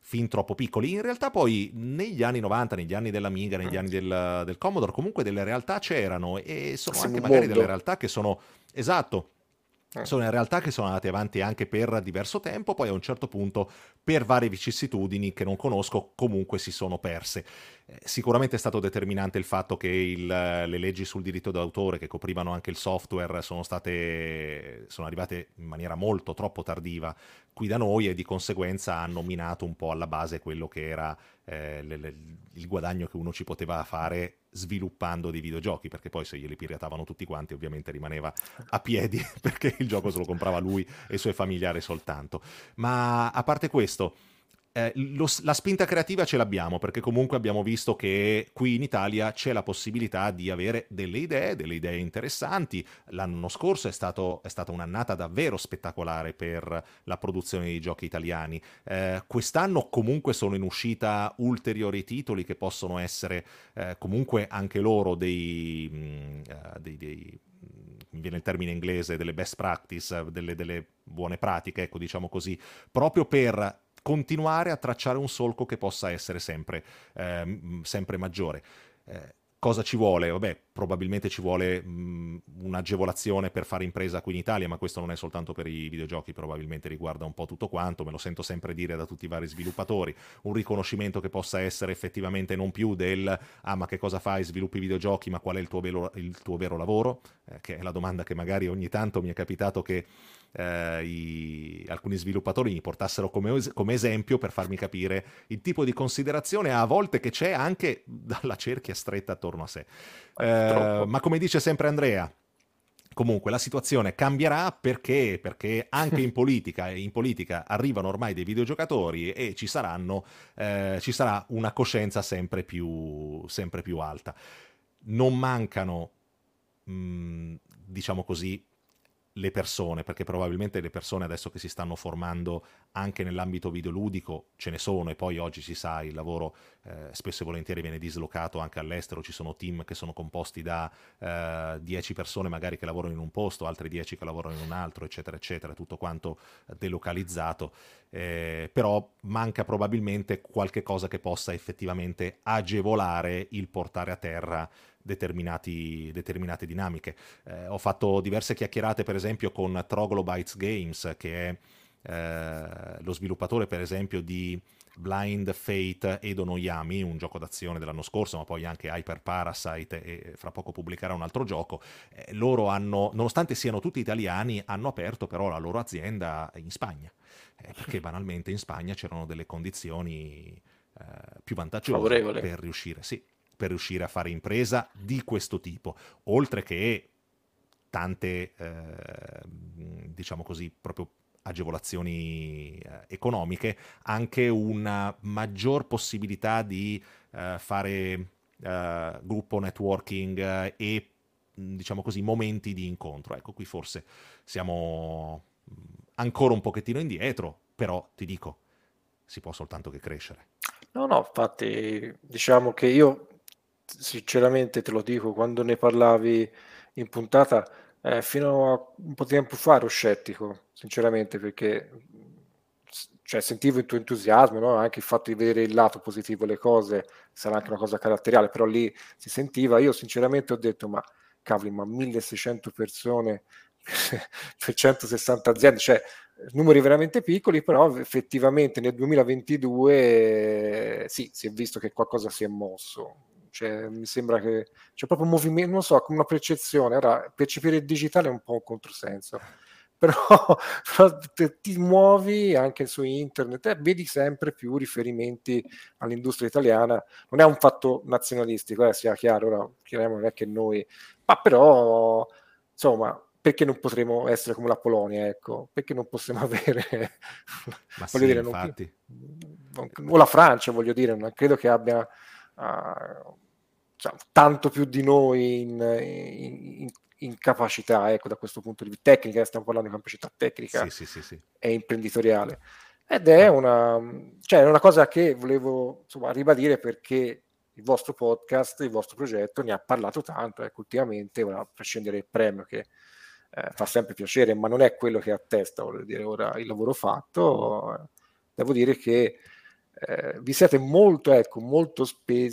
fin troppo piccoli. In realtà poi negli anni novanta, negli anni dell'Amiga, negli anni del, del Commodore, comunque delle realtà c'erano e sono Siamo anche un magari delle mondo. realtà che sono, esatto, Eh. sono in realtà che sono andate avanti anche per diverso tempo, poi a un certo punto, per varie vicissitudini che non conosco, comunque si sono perse. Eh, sicuramente è stato determinante il fatto che il, le leggi sul diritto d'autore che coprivano anche il software sono state sono arrivate in maniera molto troppo tardiva qui da noi e di conseguenza hanno minato un po' alla base quello che era eh, le, le, il guadagno che uno ci poteva fare sviluppando dei videogiochi, perché poi se glieli piratavano tutti quanti ovviamente rimaneva a piedi perché il gioco se lo comprava lui e i suoi familiari soltanto. Ma a parte questo, eh, lo- la spinta creativa ce l'abbiamo perché comunque abbiamo visto che qui in Italia c'è la possibilità di avere delle idee, delle idee interessanti. L'anno scorso è, stato, è stata un'annata davvero spettacolare per la produzione di giochi italiani. Eh, quest'anno comunque sono in uscita ulteriori titoli che possono essere eh, comunque anche loro dei, mh, eh, dei, dei mi viene il termine inglese, delle best practice, delle, delle buone pratiche, ecco, diciamo così, proprio per continuare a tracciare un solco che possa essere sempre, ehm, sempre maggiore. Eh, cosa ci vuole? Vabbè, probabilmente ci vuole mh, un'agevolazione per fare impresa qui in Italia, ma questo non è soltanto per i videogiochi, probabilmente riguarda un po' tutto quanto, me lo sento sempre dire da tutti i vari sviluppatori, un riconoscimento che possa essere effettivamente non più del ah ma che cosa fai, sviluppi videogiochi, ma qual è il tuo vero, il tuo vero lavoro? Eh, che è la domanda che magari ogni tanto mi è capitato che eh, i, alcuni sviluppatori mi portassero come, es- come esempio per farmi capire il tipo di considerazione a volte che c'è anche dalla cerchia stretta attorno a sé. Eh, Eh, purtroppo. ma come dice sempre Andrea, comunque la situazione cambierà perché, perché anche in politica, in politica arrivano ormai dei videogiocatori e ci, saranno, eh, ci sarà una coscienza sempre più, sempre più alta. Non mancano, mh, diciamo così, le persone, perché probabilmente le persone adesso che si stanno formando anche nell'ambito videoludico ce ne sono e poi oggi si sa il lavoro eh, spesso e volentieri viene dislocato anche all'estero, ci sono team che sono composti da eh, dieci persone magari che lavorano in un posto, altre dieci che lavorano in un altro, eccetera, eccetera, tutto quanto delocalizzato, eh, però manca probabilmente qualche cosa che possa effettivamente agevolare il portare a terra determinati, determinate dinamiche. Eh, ho fatto diverse chiacchierate per esempio con Troglobites Games, che è eh, lo sviluppatore per esempio di Blind Fate Edo no Yami, un gioco d'azione dell'anno scorso, ma poi anche Hyper Parasite e fra poco pubblicherà un altro gioco. Eh, loro hanno, nonostante siano tutti italiani, hanno aperto però la loro azienda in Spagna, eh, perché banalmente in Spagna c'erano delle condizioni eh, più vantaggiose Favorevole. per riuscire, sì, per riuscire a fare impresa di questo tipo, oltre che tante, eh, diciamo così, proprio agevolazioni eh, economiche, anche una maggior possibilità di eh, fare eh, gruppo networking eh, e diciamo così momenti di incontro. Ecco, qui forse siamo ancora un pochettino indietro, però ti dico, si può soltanto che crescere. No, no, infatti diciamo che io sinceramente te lo dico, quando ne parlavi in puntata, eh, fino a un po' di tempo fa ero scettico, sinceramente, perché s- cioè, sentivo il tuo entusiasmo, no? Anche il fatto di vedere il lato positivo delle cose, sarà anche una cosa caratteriale, però lì si sentiva, io sinceramente ho detto, ma cavoli, ma milleseicento persone per centosessanta aziende, cioè numeri veramente piccoli, però effettivamente nel duemilaventidue eh, sì, si è visto che qualcosa si è mosso. Cioè, mi sembra che c'è proprio un movimento, non so, come una percezione. Ora, percepire il digitale è un po' un controsenso, però, però te, ti muovi anche su internet e vedi sempre più riferimenti all'industria italiana. Non è un fatto nazionalistico, eh, sia chiaro, ora chiariamo, non è che noi, ma però insomma, perché non potremo essere come la Polonia, ecco? Perché non possiamo avere, Ma voglio sì, dire, non, infatti. non- o la Francia, voglio dire, non credo che abbia uh, cioè, tanto più di noi in, in, in, in capacità, ecco, da questo punto di vista, tecnica, stiamo parlando di capacità tecnica Sì, sì, sì, sì. e imprenditoriale. Ed è Ma una, cioè, è una cosa che volevo insomma, ribadire perché il vostro podcast, il vostro progetto ne ha parlato tanto, ecco, ultimamente, ora, a prescindere dal premio che eh, fa sempre piacere, ma non è quello che attesta, voglio dire, ora il lavoro fatto, eh, devo dire che eh, vi siete molto, ecco, molto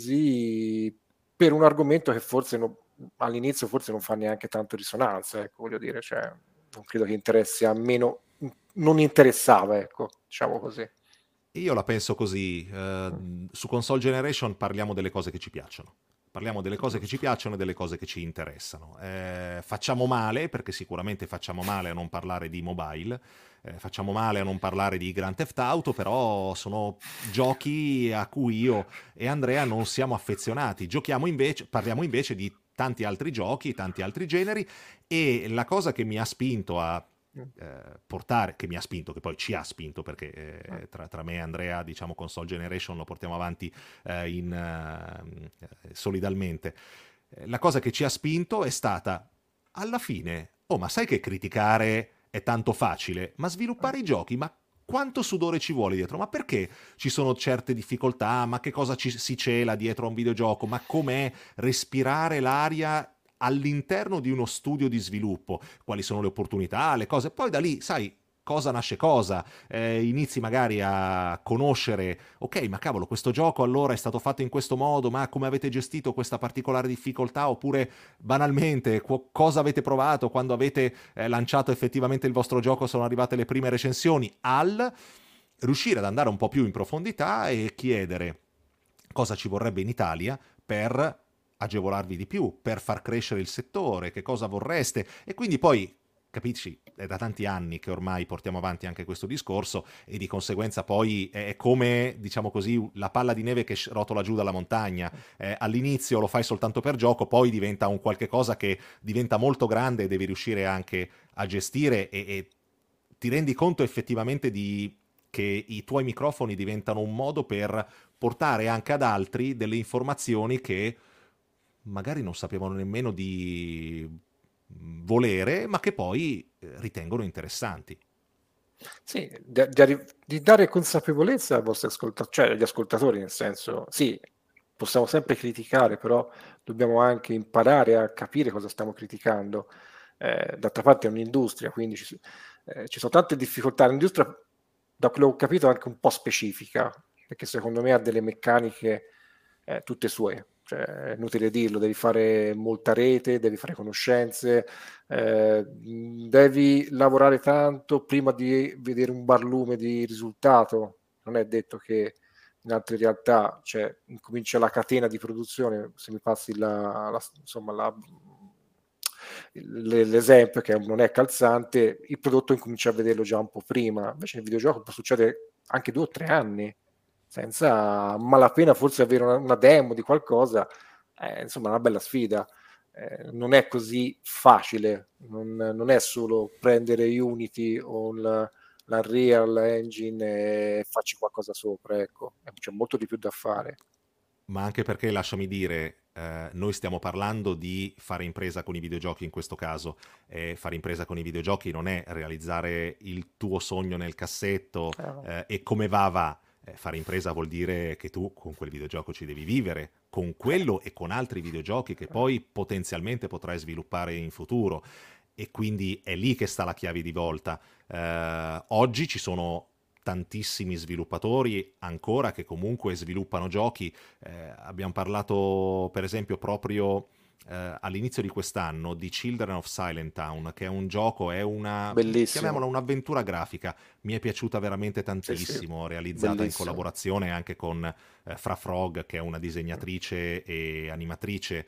spesi per un argomento che forse no, all'inizio forse non fa neanche tanto risonanza, ecco, voglio dire, cioè, non credo che interessi a meno, non interessava, ecco, diciamo così. Io la penso così, Mm, eh, su Console Generation parliamo delle cose che ci piacciono. Parliamo delle cose che ci giusto. piacciono e delle cose che ci interessano. Eh, facciamo male, perché sicuramente facciamo male a non parlare di mobile, eh, facciamo male a non parlare di Grand Theft Auto, però sono giochi a cui io e Andrea non siamo affezionati. Giochiamo invece, parliamo invece di tanti altri giochi, tanti altri generi, e la cosa che mi ha spinto a Mm, eh, portare, che mi ha spinto, che poi ci ha spinto, perché mm. eh, tra, tra me e Andrea, diciamo, Console Generation lo portiamo avanti eh, in, eh, solidalmente. Eh, La cosa che ci ha spinto è stata, alla fine, oh, ma sai che criticare è tanto facile, ma sviluppare i giochi, ma quanto sudore ci vuole dietro? Ma perché ci sono certe difficoltà? Ma che cosa ci si cela dietro a un videogioco? Ma com'è respirare l'aria all'interno di uno studio di sviluppo? Quali sono le opportunità, le cose? Poi da lì, sai, cosa nasce cosa, eh, inizi magari a conoscere, ok, ma cavolo, questo gioco allora è stato fatto in questo modo, ma come avete gestito questa particolare difficoltà? Oppure banalmente, qu- cosa avete provato quando avete eh, lanciato effettivamente il vostro gioco, sono arrivate le prime recensioni, al riuscire ad andare un po' più in profondità e chiedere cosa ci vorrebbe in Italia per agevolarvi di più, per far crescere il settore, che cosa vorreste, e quindi poi, capisci, è da tanti anni che ormai portiamo avanti anche questo discorso e di conseguenza poi è come, diciamo così, la palla di neve che rotola giù dalla montagna. Eh, all'inizio lo fai soltanto per gioco, poi diventa un qualche cosa che diventa molto grande e devi riuscire anche a gestire e, e ti rendi conto effettivamente di che i tuoi microfoni diventano un modo per portare anche ad altri delle informazioni che magari non sapevano nemmeno di volere, ma che poi eh, ritengono interessanti. Sì, di, di arri- di dare consapevolezza ai vostri ascoltatori, cioè agli ascoltatori, nel senso, sì, possiamo sempre criticare, però dobbiamo anche imparare a capire cosa stiamo criticando. Eh, d'altra parte è un'industria, quindi ci, eh, ci sono tante difficoltà. L'industria, da quello che ho capito, è anche un po' specifica, perché secondo me ha delle meccaniche eh, tutte sue. Cioè, è inutile dirlo, devi fare molta rete, devi fare conoscenze, eh, devi lavorare tanto prima di vedere un barlume di risultato. Non è detto che in altre realtà, cioè, incomincia la catena di produzione, se mi passi la, la, insomma, la, l'esempio che non è calzante, il prodotto incomincia a vederlo già un po' prima. Invece nel videogioco può succedere anche due o tre anni, senza malapena forse avere una, una demo di qualcosa. Eh, insomma, è una bella sfida. Eh, non è così facile, non, non è solo prendere Unity o la, la Real Engine e farci qualcosa sopra, ecco, c'è molto di più da fare. Ma anche perché, lasciami dire, eh, noi stiamo parlando di fare impresa con i videogiochi in questo caso, e fare impresa con i videogiochi non è realizzare il tuo sogno nel cassetto Eh, eh, e come va va. Eh, fare impresa vuol dire che tu con quel videogioco ci devi vivere, con quello e con altri videogiochi che poi potenzialmente potrai sviluppare in futuro. E quindi è lì che sta la chiave di volta. Eh, oggi ci sono tantissimi sviluppatori ancora che comunque sviluppano giochi. Eh, abbiamo parlato per esempio proprio eh, all'inizio di quest'anno di Children of Silent Town, che è un gioco, è una, chiamiamola Bellissimo, un'avventura grafica. Mi è piaciuta veramente sì, sì, tantissimo, realizzata in bellissimo. collaborazione anche con eh, Fra Frog, che è una disegnatrice e animatrice.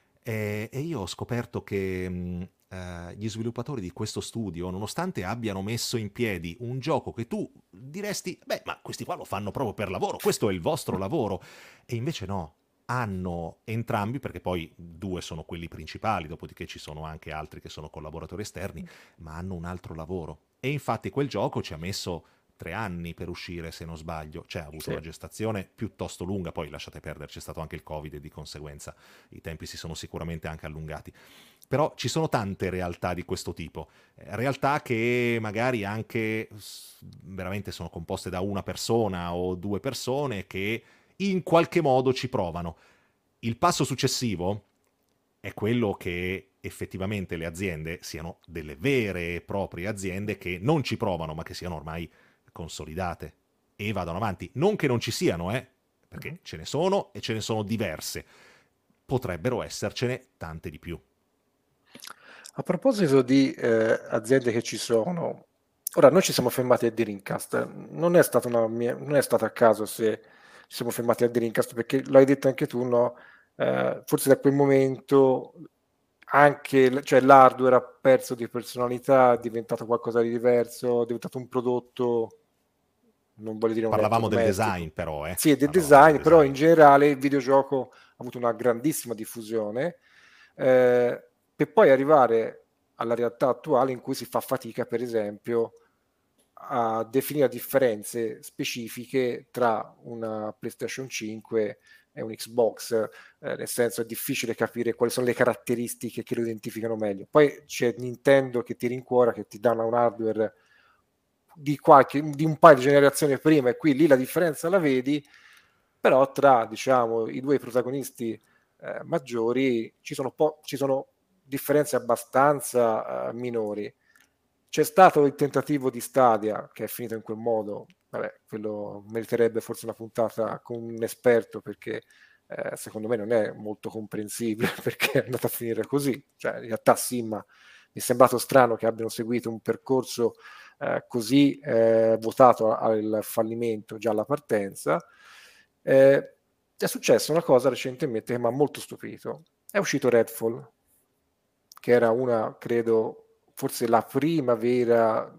E, e io ho scoperto che mh, eh, gli sviluppatori di questo studio, nonostante abbiano messo in piedi un gioco che tu diresti, beh, ma questi qua lo fanno proprio per lavoro, questo è il vostro lavoro, e invece no, hanno entrambi, perché poi due sono quelli principali, dopodiché ci sono anche altri che sono collaboratori esterni, ma hanno un altro lavoro. E infatti quel gioco ci ha messo tre anni per uscire, se non sbaglio, cioè ha avuto Sì, una gestazione piuttosto lunga, poi lasciate perdere, c'è stato anche il Covid e di conseguenza i tempi si sono sicuramente anche allungati. Però ci sono tante realtà di questo tipo, eh, realtà che magari anche veramente sono composte da una persona o due persone che in qualche modo ci provano. Il passo successivo è quello che effettivamente le aziende siano delle vere e proprie aziende che non ci provano, ma che siano ormai consolidate. e vadano avanti. Non che non ci siano, eh, perché Mhm. ce ne sono e ce ne sono diverse. Potrebbero essercene tante di più. A proposito di eh, aziende che ci sono, ora noi ci siamo fermati a Dreamcast, non è stata una mia- non è stato a caso se ci siamo fermati a Dreamcast, perché l'hai detto anche tu, no? Eh, forse da quel momento anche l- cioè, l'hardware ha perso di personalità, è diventato qualcosa di diverso, è diventato un prodotto, non voglio dire un Parlavamo del elettrodomestico, design, però, eh. sì, è del Parlavamo del design, però in design. generale il videogioco ha avuto una grandissima diffusione, eh, per poi arrivare alla realtà attuale in cui si fa fatica, per esempio, a definire differenze specifiche tra una PlayStation cinque e un Xbox, eh, nel senso è difficile capire quali sono le caratteristiche che lo identificano meglio. Poi c'è Nintendo che ti rincuora, che ti dà un hardware di, qualche, di un paio di generazioni prima e qui lì la differenza la vedi, però tra diciamo, i due protagonisti eh, maggiori ci sono, po- ci sono differenze abbastanza eh, minori. C'è stato il tentativo di Stadia che è finito in quel modo, vabbè, quello meriterebbe forse una puntata con un esperto perché eh, secondo me non è molto comprensibile perché è andata a finire così. Cioè, in realtà sì, ma mi è sembrato strano che abbiano seguito un percorso eh, così eh, votato al fallimento già alla partenza. Eh, è successa una cosa recentemente che mi ha molto stupito. È uscito Redfall, che era una, credo, forse la prima vera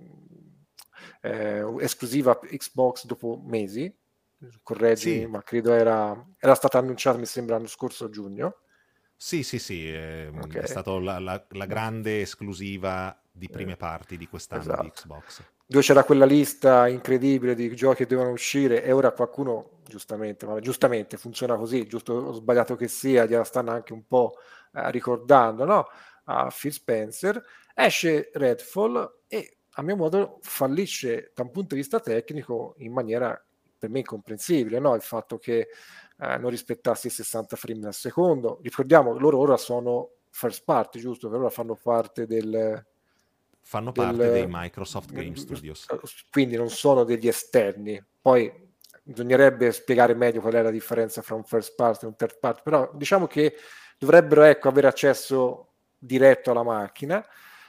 eh, esclusiva Xbox dopo mesi, correggimi, Sì, ma credo era, era stata annunciata, mi sembra, l'anno scorso giugno. sì, sì, sì, ehm, Ok. è stata la, la- la grande esclusiva di Eh, prime parti di quest'anno di esatto. Xbox. Dove c'era quella lista incredibile di giochi che dovevano uscire e ora qualcuno, giustamente, ma giustamente funziona così, giusto o sbagliato che sia, gliela stanno anche un po' eh, ricordando, no? A Phil Spencer, esce Redfall e a mio modo fallisce da un punto di vista tecnico in maniera per me incomprensibile, no? Il fatto che eh, non rispettassi i sessanta frame al secondo. Ricordiamo, loro ora sono first party, giusto? Per ora fanno parte del, Fanno parte dei del, Microsoft Game Studios. quindi non sono degli esterni. Poi bisognerebbe spiegare meglio qual è la differenza fra un first party e un third party, però diciamo che dovrebbero ecco, avere accesso diretto alla macchina.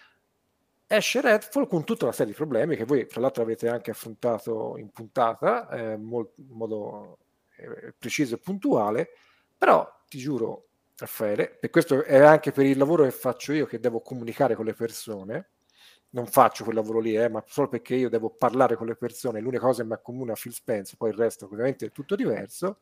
Esce Redfall con tutta una serie di problemi che voi tra l'altro avete anche affrontato in puntata eh, molto, in modo eh, preciso e puntuale, però ti giuro Raffaele, e questo è anche per il lavoro che faccio io che devo comunicare con le persone, non faccio quel lavoro lì, eh, ma solo perché io devo parlare con le persone, l'unica cosa che mi accomuna a Phil Spencer, poi il resto ovviamente è tutto diverso,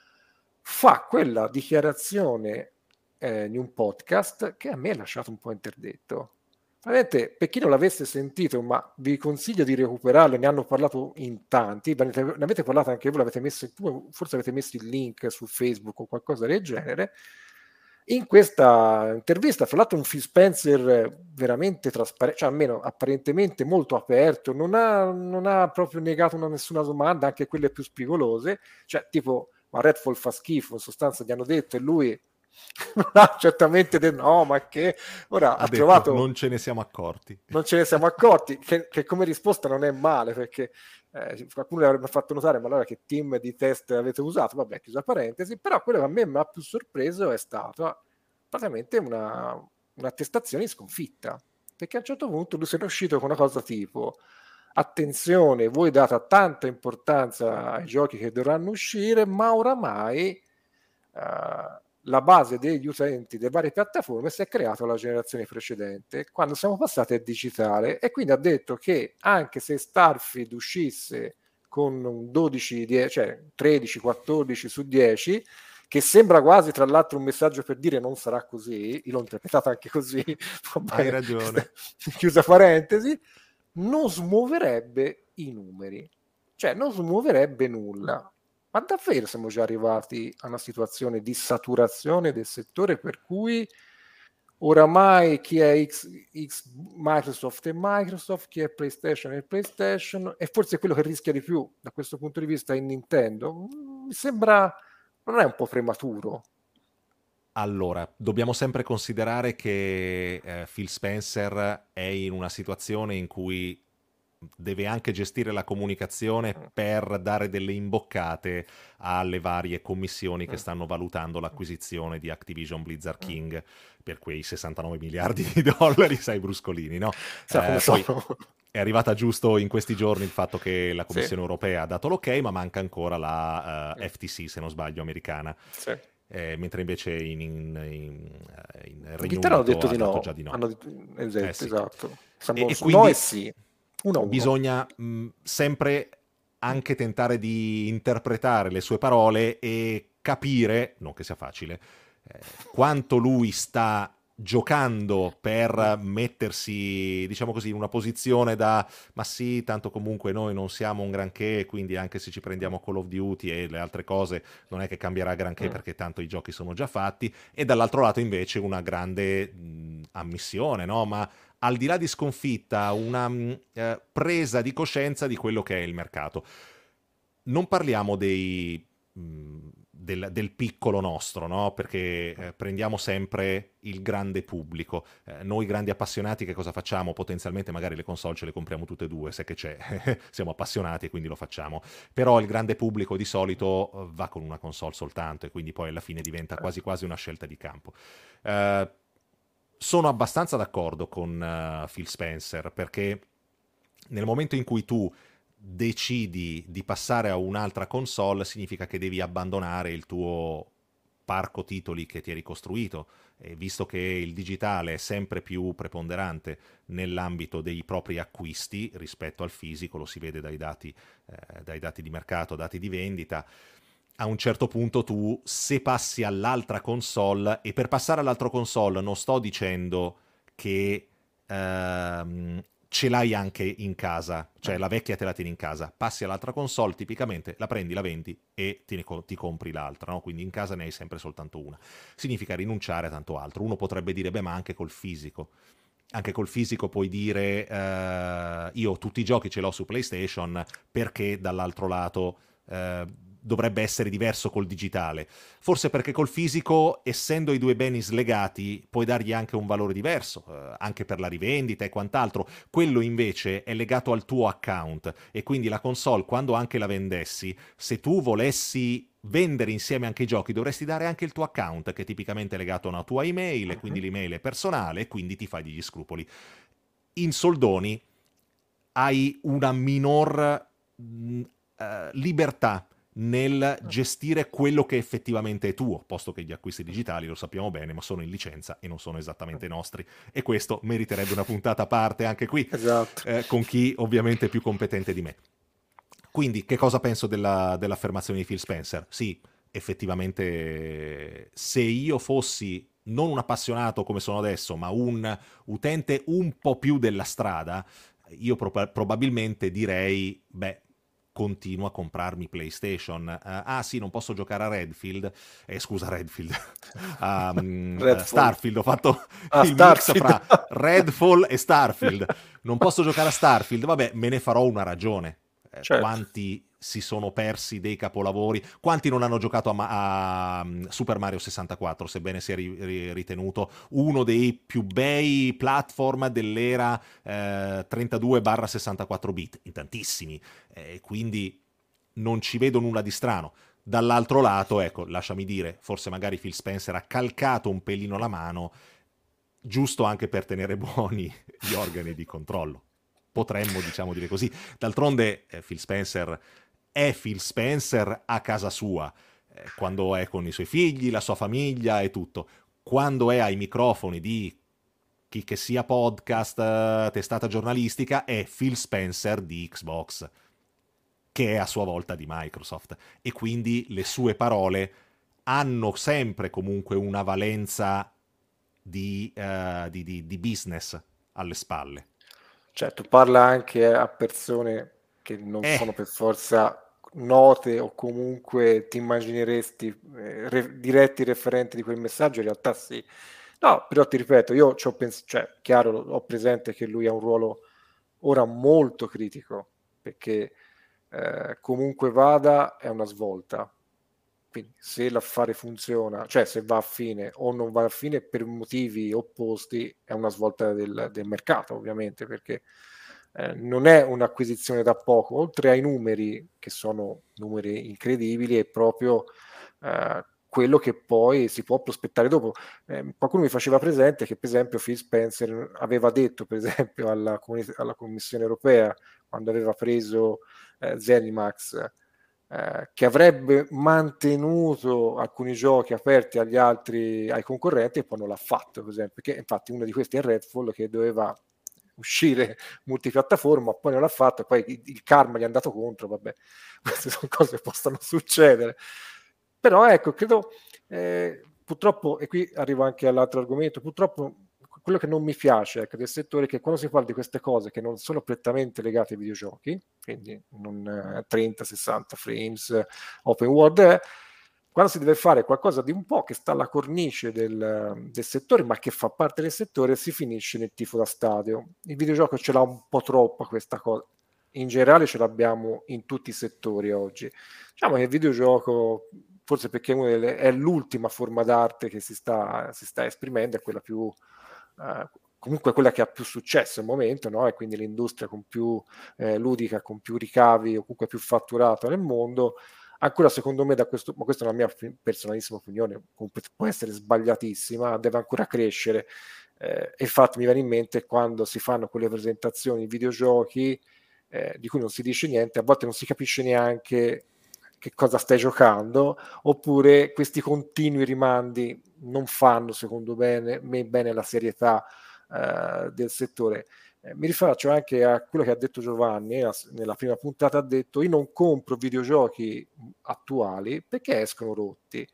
fa quella dichiarazione eh, in un podcast che a me ha lasciato un po' interdetto. Vedete, per chi non l'avesse sentito, ma vi consiglio di recuperarlo, ne hanno parlato in tanti, ne avete parlato anche voi, l'avete messo, forse avete messo il link su Facebook o qualcosa del genere. In questa intervista, fra l'altro, un Phil Spencer veramente trasparente, cioè almeno apparentemente molto aperto, non ha, non ha proprio negato una, nessuna domanda, anche quelle più spigolose, cioè tipo, ma Redfall fa schifo, in sostanza gli hanno detto e lui non ha certamente detto no, ma che ora Ha ha detto, trovato non ce ne siamo accorti. non ce ne siamo accorti, che, che come risposta non è male, perché eh, qualcuno le avrebbe fatto notare, ma allora che team di test avete usato? Vabbè, chiusa parentesi, però quello che a me mi ha più sorpreso è stato praticamente una, un'attestazione di sconfitta, perché a un certo punto lui si è uscito con una cosa tipo attenzione, voi date tanta importanza ai giochi che dovranno uscire, ma oramai Uh, la base degli utenti delle varie piattaforme si è creata alla generazione precedente, quando siamo passati al digitale, e quindi ha detto che anche se Starfield uscisse con un dodici, dieci, cioè tredici, quattordici su dieci, che sembra quasi tra l'altro un messaggio per dire non sarà così, io l'ho interpretato anche così, va Hai bene, ragione. chiusa parentesi, non smuoverebbe i numeri, cioè non smuoverebbe nulla. Ma davvero siamo già arrivati a una situazione di saturazione del settore per cui oramai chi è X, X Microsoft è Microsoft, chi è PlayStation è PlayStation e forse quello che rischia di più da questo punto di vista è Nintendo? Mm, mi sembra, non è un po' prematuro? Allora, dobbiamo sempre considerare che eh, Phil Spencer è in una situazione in cui deve anche gestire la comunicazione per dare delle imboccate alle varie commissioni che stanno valutando l'acquisizione di Activision Blizzard King per quei sessantanove miliardi di dollari, sai, bruscolini, no? Sa Eh, come poi sono. è arrivata giusto in questi giorni il fatto che la Sì, Commissione europea ha dato l'ok, ma manca ancora la eh, Mm. F T C, se non sbaglio, americana. sì. Eh, mentre invece in, in- in- eh, in In Regno Inghilterra hanno Unito detto ha di dato già no. di no. Hanno detto- Eh esatto, sì. esatto. E, Siamo e su no e quindi sì. Uno a uno. bisogna mh, sempre anche tentare di interpretare le sue parole e capire, non che sia facile, eh, quanto lui sta giocando per mettersi, diciamo così, in una posizione da ma sì, tanto comunque noi non siamo un granché, quindi anche se ci prendiamo Call of Duty e le altre cose non è che cambierà granché Mm. perché tanto i giochi sono già fatti, e dall'altro lato invece una grande mh, ammissione, no? Ma al di là di sconfitta, una mh, eh, presa di coscienza di quello che è il mercato. Non parliamo dei, mh, del, del piccolo nostro, no? Perché eh, prendiamo sempre il grande pubblico. Eh, noi grandi appassionati che cosa facciamo? Potenzialmente magari le console ce le compriamo tutte e due, se che c'è. Siamo appassionati e quindi lo facciamo. Però il grande pubblico di solito eh, va con una console soltanto e quindi poi alla fine diventa quasi quasi una scelta di campo. Eh, sono abbastanza d'accordo con uh, Phil Spencer perché nel momento in cui tu decidi di passare a un'altra console significa che devi abbandonare il tuo parco titoli che ti hai ricostruito, e visto che il digitale è sempre più preponderante nell'ambito dei propri acquisti rispetto al fisico, lo si vede dai dati, eh, dai dati di mercato, dati di vendita, a un certo punto tu, se passi all'altra console, e per passare all'altra console non sto dicendo che ehm, ce l'hai anche in casa, cioè la vecchia te la tieni in casa, passi all'altra console, tipicamente la prendi, la vendi e ti, ne co- ti compri l'altra, no? Quindi in casa ne hai sempre soltanto una. Significa rinunciare a tanto altro. Uno potrebbe dire, beh, ma anche col fisico. Anche col fisico puoi dire, eh, io tutti i giochi ce l'ho su PlayStation perché dall'altro lato eh, dovrebbe essere diverso col digitale. Forse perché col fisico, essendo i due beni slegati, puoi dargli anche un valore diverso, eh, anche per la rivendita e quant'altro. Quello invece è legato al tuo account e quindi la console, quando anche la vendessi, se tu volessi vendere insieme anche i giochi, dovresti dare anche il tuo account, che è tipicamente legato a una tua email, e quindi l'email è personale, e quindi ti fai degli scrupoli. In soldoni hai una minor mh, eh, libertà nel gestire quello che effettivamente è tuo, posto che gli acquisti digitali, lo sappiamo bene, ma sono in licenza e non sono esattamente nostri, e questo meriterebbe una puntata a parte anche qui, Esatto. eh, con chi ovviamente è più competente di me. Quindi che cosa penso della, dell'affermazione di Phil Spencer? Sì, effettivamente, se io fossi non un appassionato come sono adesso, ma un utente un po' più della strada, io proba- probabilmente direi, beh, continuo a comprarmi PlayStation. Uh, ah sì, non posso giocare a Redfield, eh, scusa Redfield, a um, uh, Redfall. Starfield, ho fatto Ah, il mix Starfield. fra Redfall e Starfield. Non posso giocare a Starfield, vabbè, me ne farò una ragione. Eh, Certo. quanti si sono persi dei capolavori, quanti non hanno giocato a, Ma- a um, Super Mario sessantaquattro, sebbene sia ri- ri- ritenuto uno dei più bei platform dell'era eh, trentadue sessantaquattro bit, in tantissimi, eh, quindi non ci vedo nulla di strano. Dall'altro lato, ecco, lasciami dire, forse magari Phil Spencer ha calcato un pelino la mano, giusto anche per tenere buoni gli organi di controllo. Potremmo, diciamo, dire così. D'altronde, eh, Phil Spencer è Phil Spencer a casa sua, eh, quando è con i suoi figli, la sua famiglia e tutto. Quando è ai microfoni di chi che sia podcast, eh, testata giornalistica, è Phil Spencer di Xbox, che è a sua volta di Microsoft. E quindi le sue parole hanno sempre comunque una valenza di, eh, di, di, di business alle spalle. Certo, parla anche a persone che non Eh, sono per forza note o comunque ti immagineresti eh, re- diretti referenti di quel messaggio, in realtà sì. No, però ti ripeto, io ci ho pensato, cioè, chiaro, ho presente che lui ha un ruolo ora molto critico, perché eh, comunque vada è una svolta. Quindi se l'affare funziona, cioè se va a fine o non va a fine per motivi opposti, è una svolta del, del mercato, ovviamente, perché eh, non è un'acquisizione da poco, oltre ai numeri, che sono numeri incredibili, è proprio eh, quello che poi si può prospettare dopo. Eh, qualcuno mi faceva presente che, per esempio, Phil Spencer aveva detto, per esempio, alla, alla Commissione europea, quando aveva preso eh, Zenimax, eh, che avrebbe mantenuto alcuni giochi aperti agli altri, ai concorrenti, e poi non l'ha fatto, per esempio, perché infatti uno di questi è Redfall, che doveva uscire multipiattaforma, poi non l'ha fatto, e poi il, il karma gli è andato contro, vabbè, queste sono cose che possono succedere. Però ecco, credo, eh, purtroppo, e qui arrivo anche all'altro argomento, purtroppo quello che non mi piace, ecco, del settore è che quando si parla di queste cose che non sono prettamente legate ai videogiochi, quindi non eh, trenta sessanta frames, open world, eh, quando si deve fare qualcosa di un po' che sta alla cornice del, del settore, ma che fa parte del settore, si finisce nel tifo da stadio. Il videogioco ce l'ha un po' troppo questa cosa. In generale ce l'abbiamo in tutti i settori oggi. Diciamo che il videogioco, forse perché è, una delle, è l'ultima forma d'arte che si sta, si sta esprimendo, è quella più, eh, comunque quella che ha più successo al momento, no? E quindi l'industria con più eh, ludica, con più ricavi, o comunque più fatturata nel mondo. Ancora secondo me, da questo, ma questa è una mia personalissima opinione, può essere sbagliatissima, deve ancora crescere. Eh, e infatti mi viene in mente quando si fanno quelle presentazioni di videogiochi eh, di cui non si dice niente, a volte non si capisce neanche che cosa stai giocando, oppure questi continui rimandi non fanno, secondo me, bene la serietà eh, del settore. Eh, mi rifaccio anche a quello che ha detto Giovanni, eh, nella prima puntata ha detto: io non compro videogiochi attuali perché escono rotti.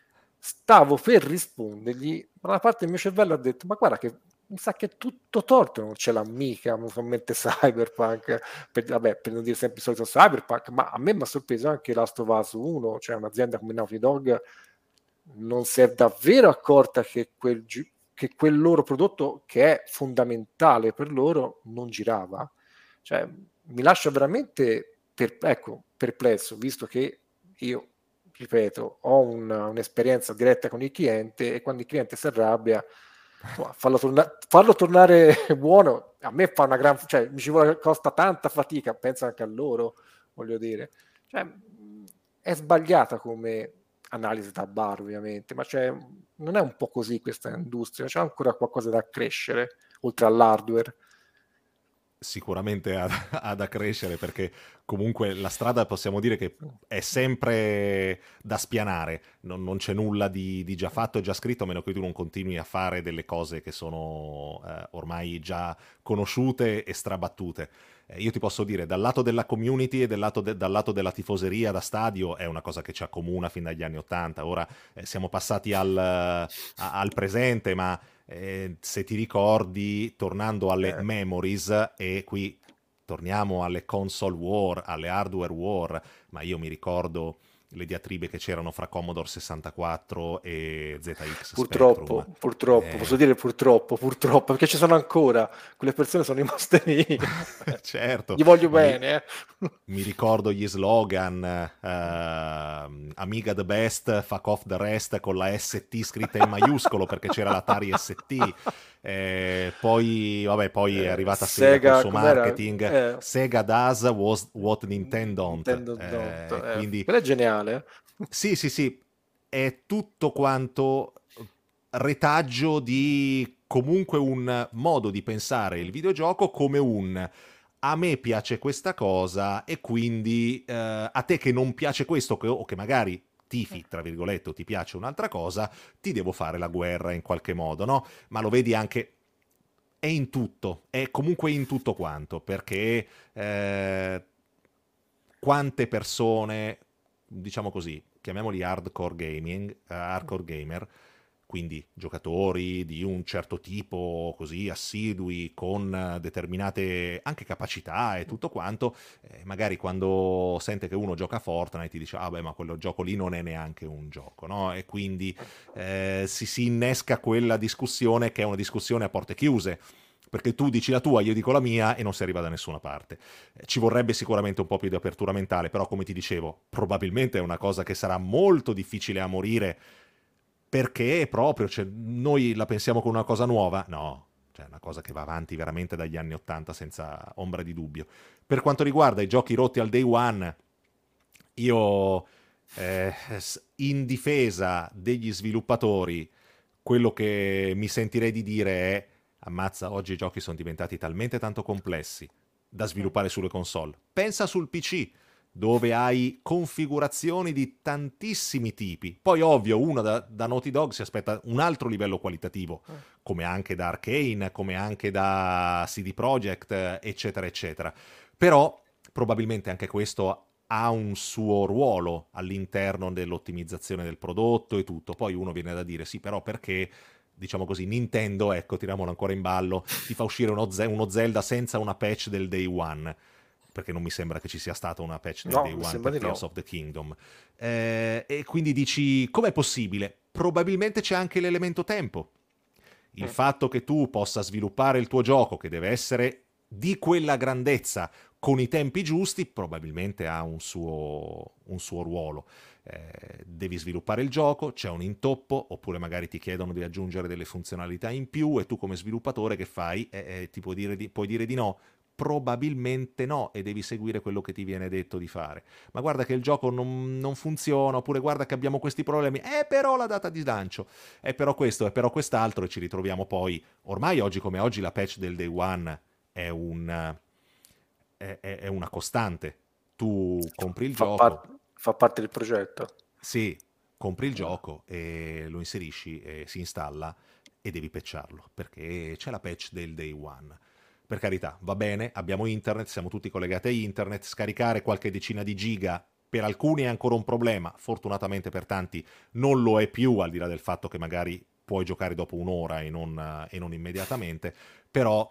Stavo per rispondergli, ma una parte del mio cervello ha detto: ma guarda che mi sa che è tutto torto, non ce l'ha mica, mi fa in mente Cyberpunk, per, vabbè, per non dire sempre il solito Cyberpunk, ma a me mi ha sorpreso anche Last of Us uno, cioè un'azienda come Naughty Dog non si è davvero accorta che quel, che quel loro prodotto, che è fondamentale per loro, non girava. Cioè, mi lascia veramente per, ecco, perplesso, visto che io, ripeto, ho un, un'esperienza diretta con il cliente, e quando il cliente si arrabbia, insomma, farlo, torna- farlo tornare buono a me fa una gran, cioè mi ci vuole, costa tanta fatica, penso anche a loro, voglio dire, cioè, è sbagliata come analisi da bar, ovviamente, ma cioè, non è un po' così questa industria, c'è ancora qualcosa da crescere oltre all'hardware. Sicuramente ha, ha da crescere, perché comunque la strada possiamo dire che è sempre da spianare, non, non c'è nulla di, di già fatto e già scritto, a meno che tu non continui a fare delle cose che sono eh, ormai già conosciute e strabattute. Eh, io ti posso dire, dal lato della community e del lato de- dal lato della tifoseria da stadio, è una cosa che ci accomuna fin dagli anni Ottanta. Ora eh, siamo passati al, a- al presente, ma eh, se ti ricordi, tornando alle Eh, memories, e qui torniamo alle console war, alle hardware war, ma io mi ricordo le diatribe che c'erano fra Commodore sessantaquattro e Z X Spectrum. Purtroppo, purtroppo, posso Eh, dire purtroppo, purtroppo, perché ci sono ancora, quelle persone sono rimaste lì. certo, Gli voglio ma mi, bene, eh. mi ricordo gli slogan, eh, Amiga the best, fuck off the rest, con la S T scritta in maiuscolo perché c'era l'Atari S T. Eh, poi, vabbè, poi è Eh, arrivata Sega col Sega, suo com'era? marketing. Eh, Sega does was what Nintendo don't. Nintendo Don't. Eh, Eh, quindi quella è geniale. Eh. sì, sì, sì, è tutto quanto retaggio di comunque un modo di pensare il videogioco come un: a me piace questa cosa e quindi eh, a te che non piace questo, che- o che magari tifi, tra virgolette, o ti piace un'altra cosa, ti devo fare la guerra in qualche modo, no? Ma lo vedi anche, è in tutto, è comunque in tutto quanto, perché eh, quante persone, diciamo così, chiamiamoli hardcore gaming, eh, hardcore gamer, quindi giocatori di un certo tipo, così assidui, con eh, determinate anche capacità e tutto quanto, eh, magari quando sente che uno gioca a Fortnite ti dice: ah beh, ma quello gioco lì non è neanche un gioco, no? E quindi eh, si, si innesca quella discussione, che è una discussione a porte chiuse, perché tu dici la tua, io dico la mia e non si arriva da nessuna parte. Eh, Ci vorrebbe sicuramente un po' più di apertura mentale, però come ti dicevo, probabilmente è una cosa che sarà molto difficile a morire, perché proprio, cioè, noi la pensiamo come una cosa nuova? No, cioè una cosa che va avanti veramente dagli anni ottanta senza ombra di dubbio. Per quanto riguarda i giochi rotti al day one, io eh, in difesa degli sviluppatori, quello che mi sentirei di dire è: ammazza, oggi i giochi sono diventati talmente tanto complessi da sviluppare sulle console. Pensa sul P C, dove hai configurazioni di tantissimi tipi. Poi, ovvio, uno da, da Naughty Dog si aspetta un altro livello qualitativo, come anche da Arcane, come anche da C D Projekt, eccetera, eccetera. Però, probabilmente anche questo ha un suo ruolo all'interno dell'ottimizzazione del prodotto e tutto. Poi uno viene da dire, sì, però perché, diciamo così, Nintendo, ecco, tiriamolo ancora in ballo, ti fa uscire uno, Ze- uno Zelda senza una patch del day one? Perché non mi sembra che ci sia stata una patch del No, day mi one sembra per di Tears no. of the Kingdom. Eh, e quindi dici, com'è possibile? Probabilmente c'è anche l'elemento tempo. Il Mm. fatto che tu possa sviluppare il tuo gioco, che deve essere di quella grandezza, con i tempi giusti, probabilmente ha un suo, un suo ruolo. Eh, devi sviluppare il gioco, c'è un intoppo, oppure magari ti chiedono di aggiungere delle funzionalità in più e tu come sviluppatore che fai? Eh, eh, ti puoi dire, di, puoi dire di no? Probabilmente no, e devi seguire quello che ti viene detto di fare. Ma guarda che il gioco non, non funziona, oppure guarda che abbiamo questi problemi, eh però la data di slancio, è però questo, è però quest'altro, e ci ritroviamo poi, ormai oggi come oggi la patch del day one è, un, è, è- è una costante. Tu compri il Fa, gioco, par- fa parte del progetto. sì, compri il Ah. gioco e lo inserisci e si installa e devi patcharlo, perché c'è la patch del day one. Per carità, va bene, abbiamo internet, siamo tutti collegati a internet, scaricare qualche decina di giga per alcuni è ancora un problema, fortunatamente per tanti non lo è più, al di là del fatto che magari puoi giocare dopo un'ora e non, e non immediatamente, però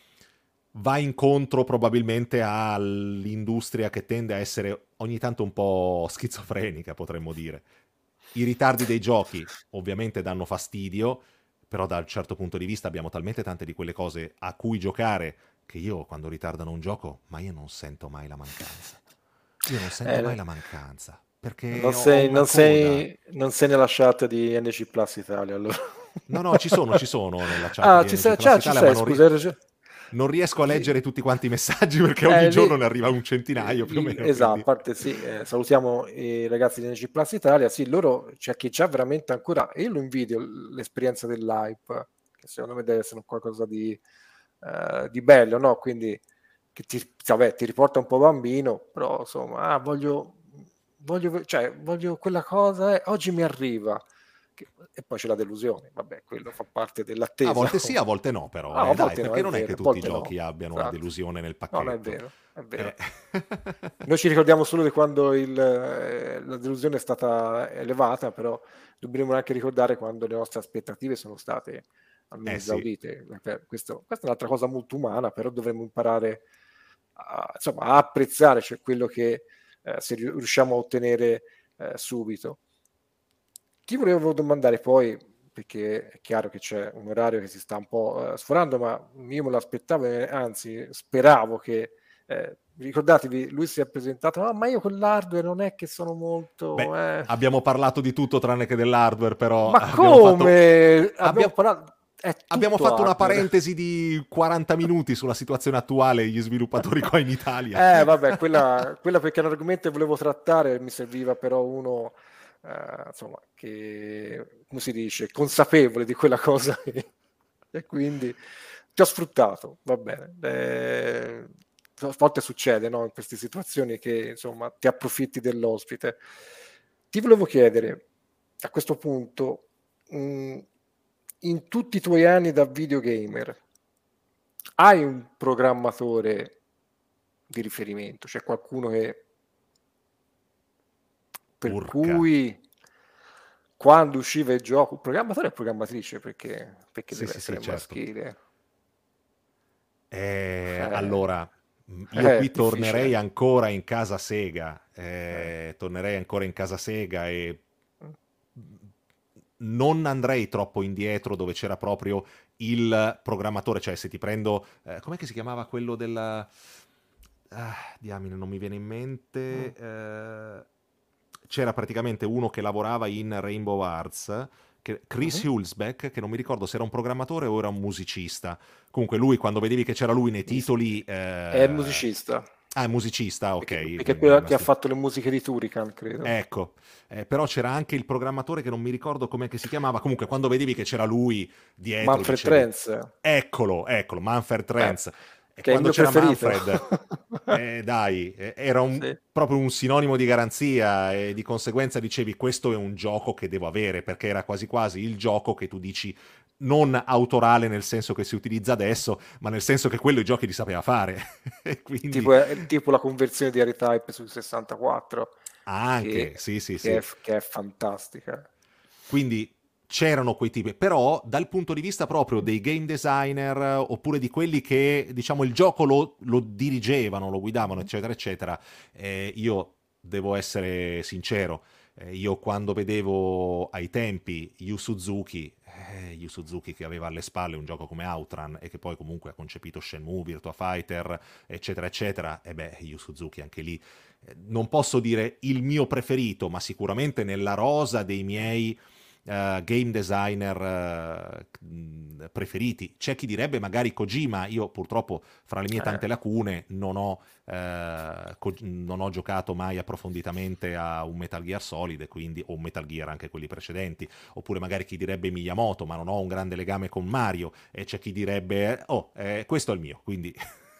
va incontro probabilmente all'industria che tende a essere ogni tanto un po' schizofrenica, potremmo dire. I ritardi dei giochi ovviamente danno fastidio, però da un certo punto di vista abbiamo talmente tante di quelle cose a cui giocare che io quando ritardano un gioco, ma io non sento mai la mancanza. Io non sento mai Eh, la mancanza, perché non ho, ho sei, una non coda. sei, non sei nella chat di N C Plus Italia, allora. No, no, ci sono, ci sono nella chat Ah, di ci N G sei, Plus cioè, ci Italia, ma sei, non, ri- scusa, hai ragione. non riesco a leggere Lì, tutti quanti i messaggi perché ogni eh, giorno lì- ne arriva un centinaio più o lì- meno, esatto, a quindi... parte sì, eh, salutiamo i ragazzi di N C Plus Italia, sì, loro c'è chi già veramente ancora, io lo invidio l- l'esperienza dell'hype, che secondo me deve essere un qualcosa di, eh, di bello, no? Quindi che ti, vabbè, ti riporta un po' bambino, però insomma, ah, voglio, voglio, cioè, voglio quella cosa, eh, oggi mi arriva. Che- e poi c'è la delusione, vabbè, quello fa parte A dell'attesa. volte sì, a volte no, però, Ah, eh, a dai, volte no, è perché non è che vero, a tutti i volte giochi no, abbiano una esatto. delusione nel No, no, è pacchetto. vero, è Eh. vero. Noi ci ricordiamo solo di quando il, eh, la delusione è stata elevata, però dobbiamo anche ricordare quando le nostre aspettative sono state almeno Eh sì, esaudite. Eh, questo- questa è un'altra cosa molto umana, però dovremmo imparare a, insomma, a apprezzare, cioè quello che eh, se riusciamo a ottenere eh, subito. Ti volevo domandare poi, perché è chiaro che c'è un orario che si sta un po' eh, sforando, ma io me l'aspettavo, e anzi speravo che, eh, ricordatevi, lui si è presentato, "Ah, ma io con l'hardware non è che sono molto... beh, eh". abbiamo parlato di tutto tranne che dell'hardware, però Ma abbiamo fatto... come? Abbiamo Abbiamo, parlato... È abbiamo tutto fatto una hardware. parentesi di quaranta minuti sulla situazione attuale degli sviluppatori qua in Italia. Eh, vabbè, quella, quella perché è un argomento che volevo trattare, mi serviva però uno, eh, insomma, che, come si dice, consapevole di quella cosa e, e quindi ti ho sfruttato, va bene. Eh, a volte succede, no, in queste situazioni che, insomma, ti approfitti dell'ospite. Ti volevo chiedere, a questo punto, mh, in tutti i tuoi anni da videogamer, hai un programmatore di riferimento, c'è qualcuno che per Urca. cui quando usciva il gioco, il programmatore e programmatrice perché, perché Sì, deve sì, sì, essere certo. maschile. Eh, Eh, allora, mh, io è qui tornerei difficile. ancora in casa Sega, Eh. eh, tornerei ancora in casa Sega e non andrei troppo indietro dove c'era proprio il programmatore, cioè se ti prendo, eh, com'è che si chiamava quello della... Ah, diamine, non mi viene in Mm. mente. eh, C'era praticamente uno che lavorava in Rainbow Arts, che Chris Mhm. Hulsbeck, che non mi ricordo se era un programmatore o era un musicista. Comunque lui, quando vedevi che c'era lui nei Mi s- titoli... È eh, musicista, Ah, è musicista, ok, perché, perché è mi, mi è quello che ha rimasto... fatto le musiche di Turrican, credo. Ecco, eh, però c'era anche il programmatore che non mi ricordo com'è che si chiamava. Comunque, quando vedevi che c'era lui dietro, Manfred dicevi, Trenz, eccolo, eccolo, Manfred eh, Trenz. E che è il quando mio c'era preferito. Manfred, eh, dai, eh, era un- Sì. proprio un sinonimo di garanzia e di conseguenza dicevi questo è un gioco che devo avere, perché era quasi quasi il gioco che tu dici non autorale nel senso che si utilizza adesso, ma nel senso che quello i giochi li sapeva fare. E quindi Tipo, è- tipo la conversione di R-Type su sessantaquattro, anche, che, sì, sì, che sì. è, che è fantastica. Quindi c'erano quei tipi, però dal punto di vista proprio dei game designer eh, oppure di quelli che diciamo il gioco lo, lo dirigevano, lo guidavano, eccetera, eccetera, eh, io devo essere sincero, eh, io quando vedevo ai tempi Yu Suzuki, eh, Yu Suzuki che aveva alle spalle un gioco come Outrun e che poi comunque ha concepito Shenmue, Virtua Fighter, eccetera, eccetera, e beh, Yu Suzuki anche lì, eh, non posso dire il mio preferito, ma sicuramente nella rosa dei miei eh, game designer eh, mh, preferiti. C'è chi direbbe magari Kojima, io purtroppo fra le mie Eh, tante lacune non ho, eh, co- non ho giocato mai approfonditamente a un Metal Gear Solid, quindi, o un Metal Gear anche quelli precedenti, oppure magari chi direbbe Miyamoto, ma non ho un grande legame con Mario, e c'è chi direbbe, oh, eh, questo è il mio, quindi...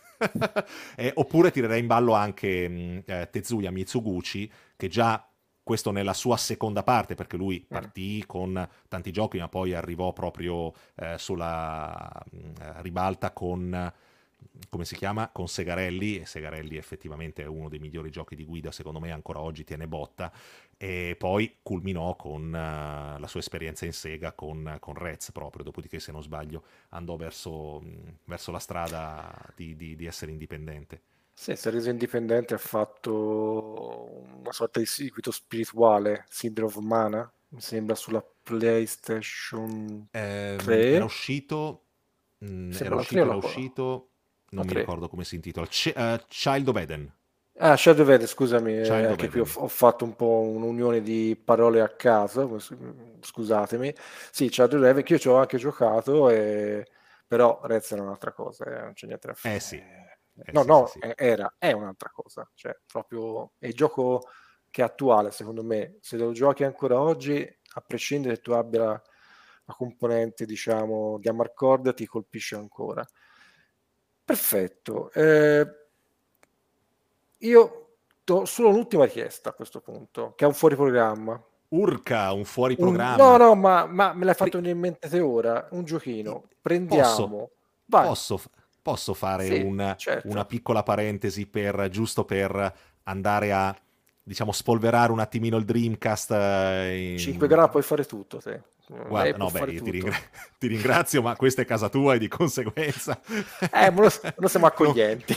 eh, oppure tirerei in ballo anche mh, eh, Tetsuya Mitsuguchi, che già questo nella sua seconda parte, perché lui mm. partì con tanti giochi, ma poi arrivò proprio eh, sulla mh, ribalta con, come si chiama? Con Segarelli, e Segarelli effettivamente è uno dei migliori giochi di guida, secondo me ancora oggi tiene botta, e poi culminò con uh, la sua esperienza in Sega con, con Rez proprio, dopodiché se non sbaglio andò verso, mh, verso la strada di, di, di essere indipendente. Sì, si è reso indipendente, ha fatto una sorta di seguito spirituale, Seed of Mana, mi sembra sulla PlayStation Ehm, era tre, uscito, mi mh, era sembra la tre o uscito, la era quattro? uscito, La non mi tre. ricordo come si intitola, C- eh, Child of Eden, Ah, Shadow of Edge, scusami, eh, Child of anche qui ho, Eden. ho fatto un po' un'unione di parole a caso, scusatemi. Sì, Shadow of Edge, che io ci ho anche giocato, e... però Rez era un'altra cosa, eh, non c'è niente da Eh sì, fare. eh No, sì, sì, no, sì. eh, era, è un'altra cosa, cioè proprio è il gioco che è attuale, secondo me. Se lo giochi ancora oggi, a prescindere che tu abbia la, la componente, diciamo, di Amarcord, ti colpisce ancora. Perfetto. Eh, io do solo un'ultima richiesta a questo punto, che è un fuori programma. Urca, un fuori Un- no, programma. no, ma, ma me l'hai fatto Pri- venire in mente te ora. Un giochino. posso, Prendiamo. Vai. posso, f- posso fare Sì, un- una certo. piccola parentesi per, giusto per andare a, diciamo, spolverare un attimino il Dreamcast eh, cinque in- gradi puoi fare tutto, te. Lei Guarda, può no, beh, fare io ti, ringra- tutto. ti ringrazio, ma questa è casa tua e di conseguenza... Eh, ma non non siamo no. accoglienti.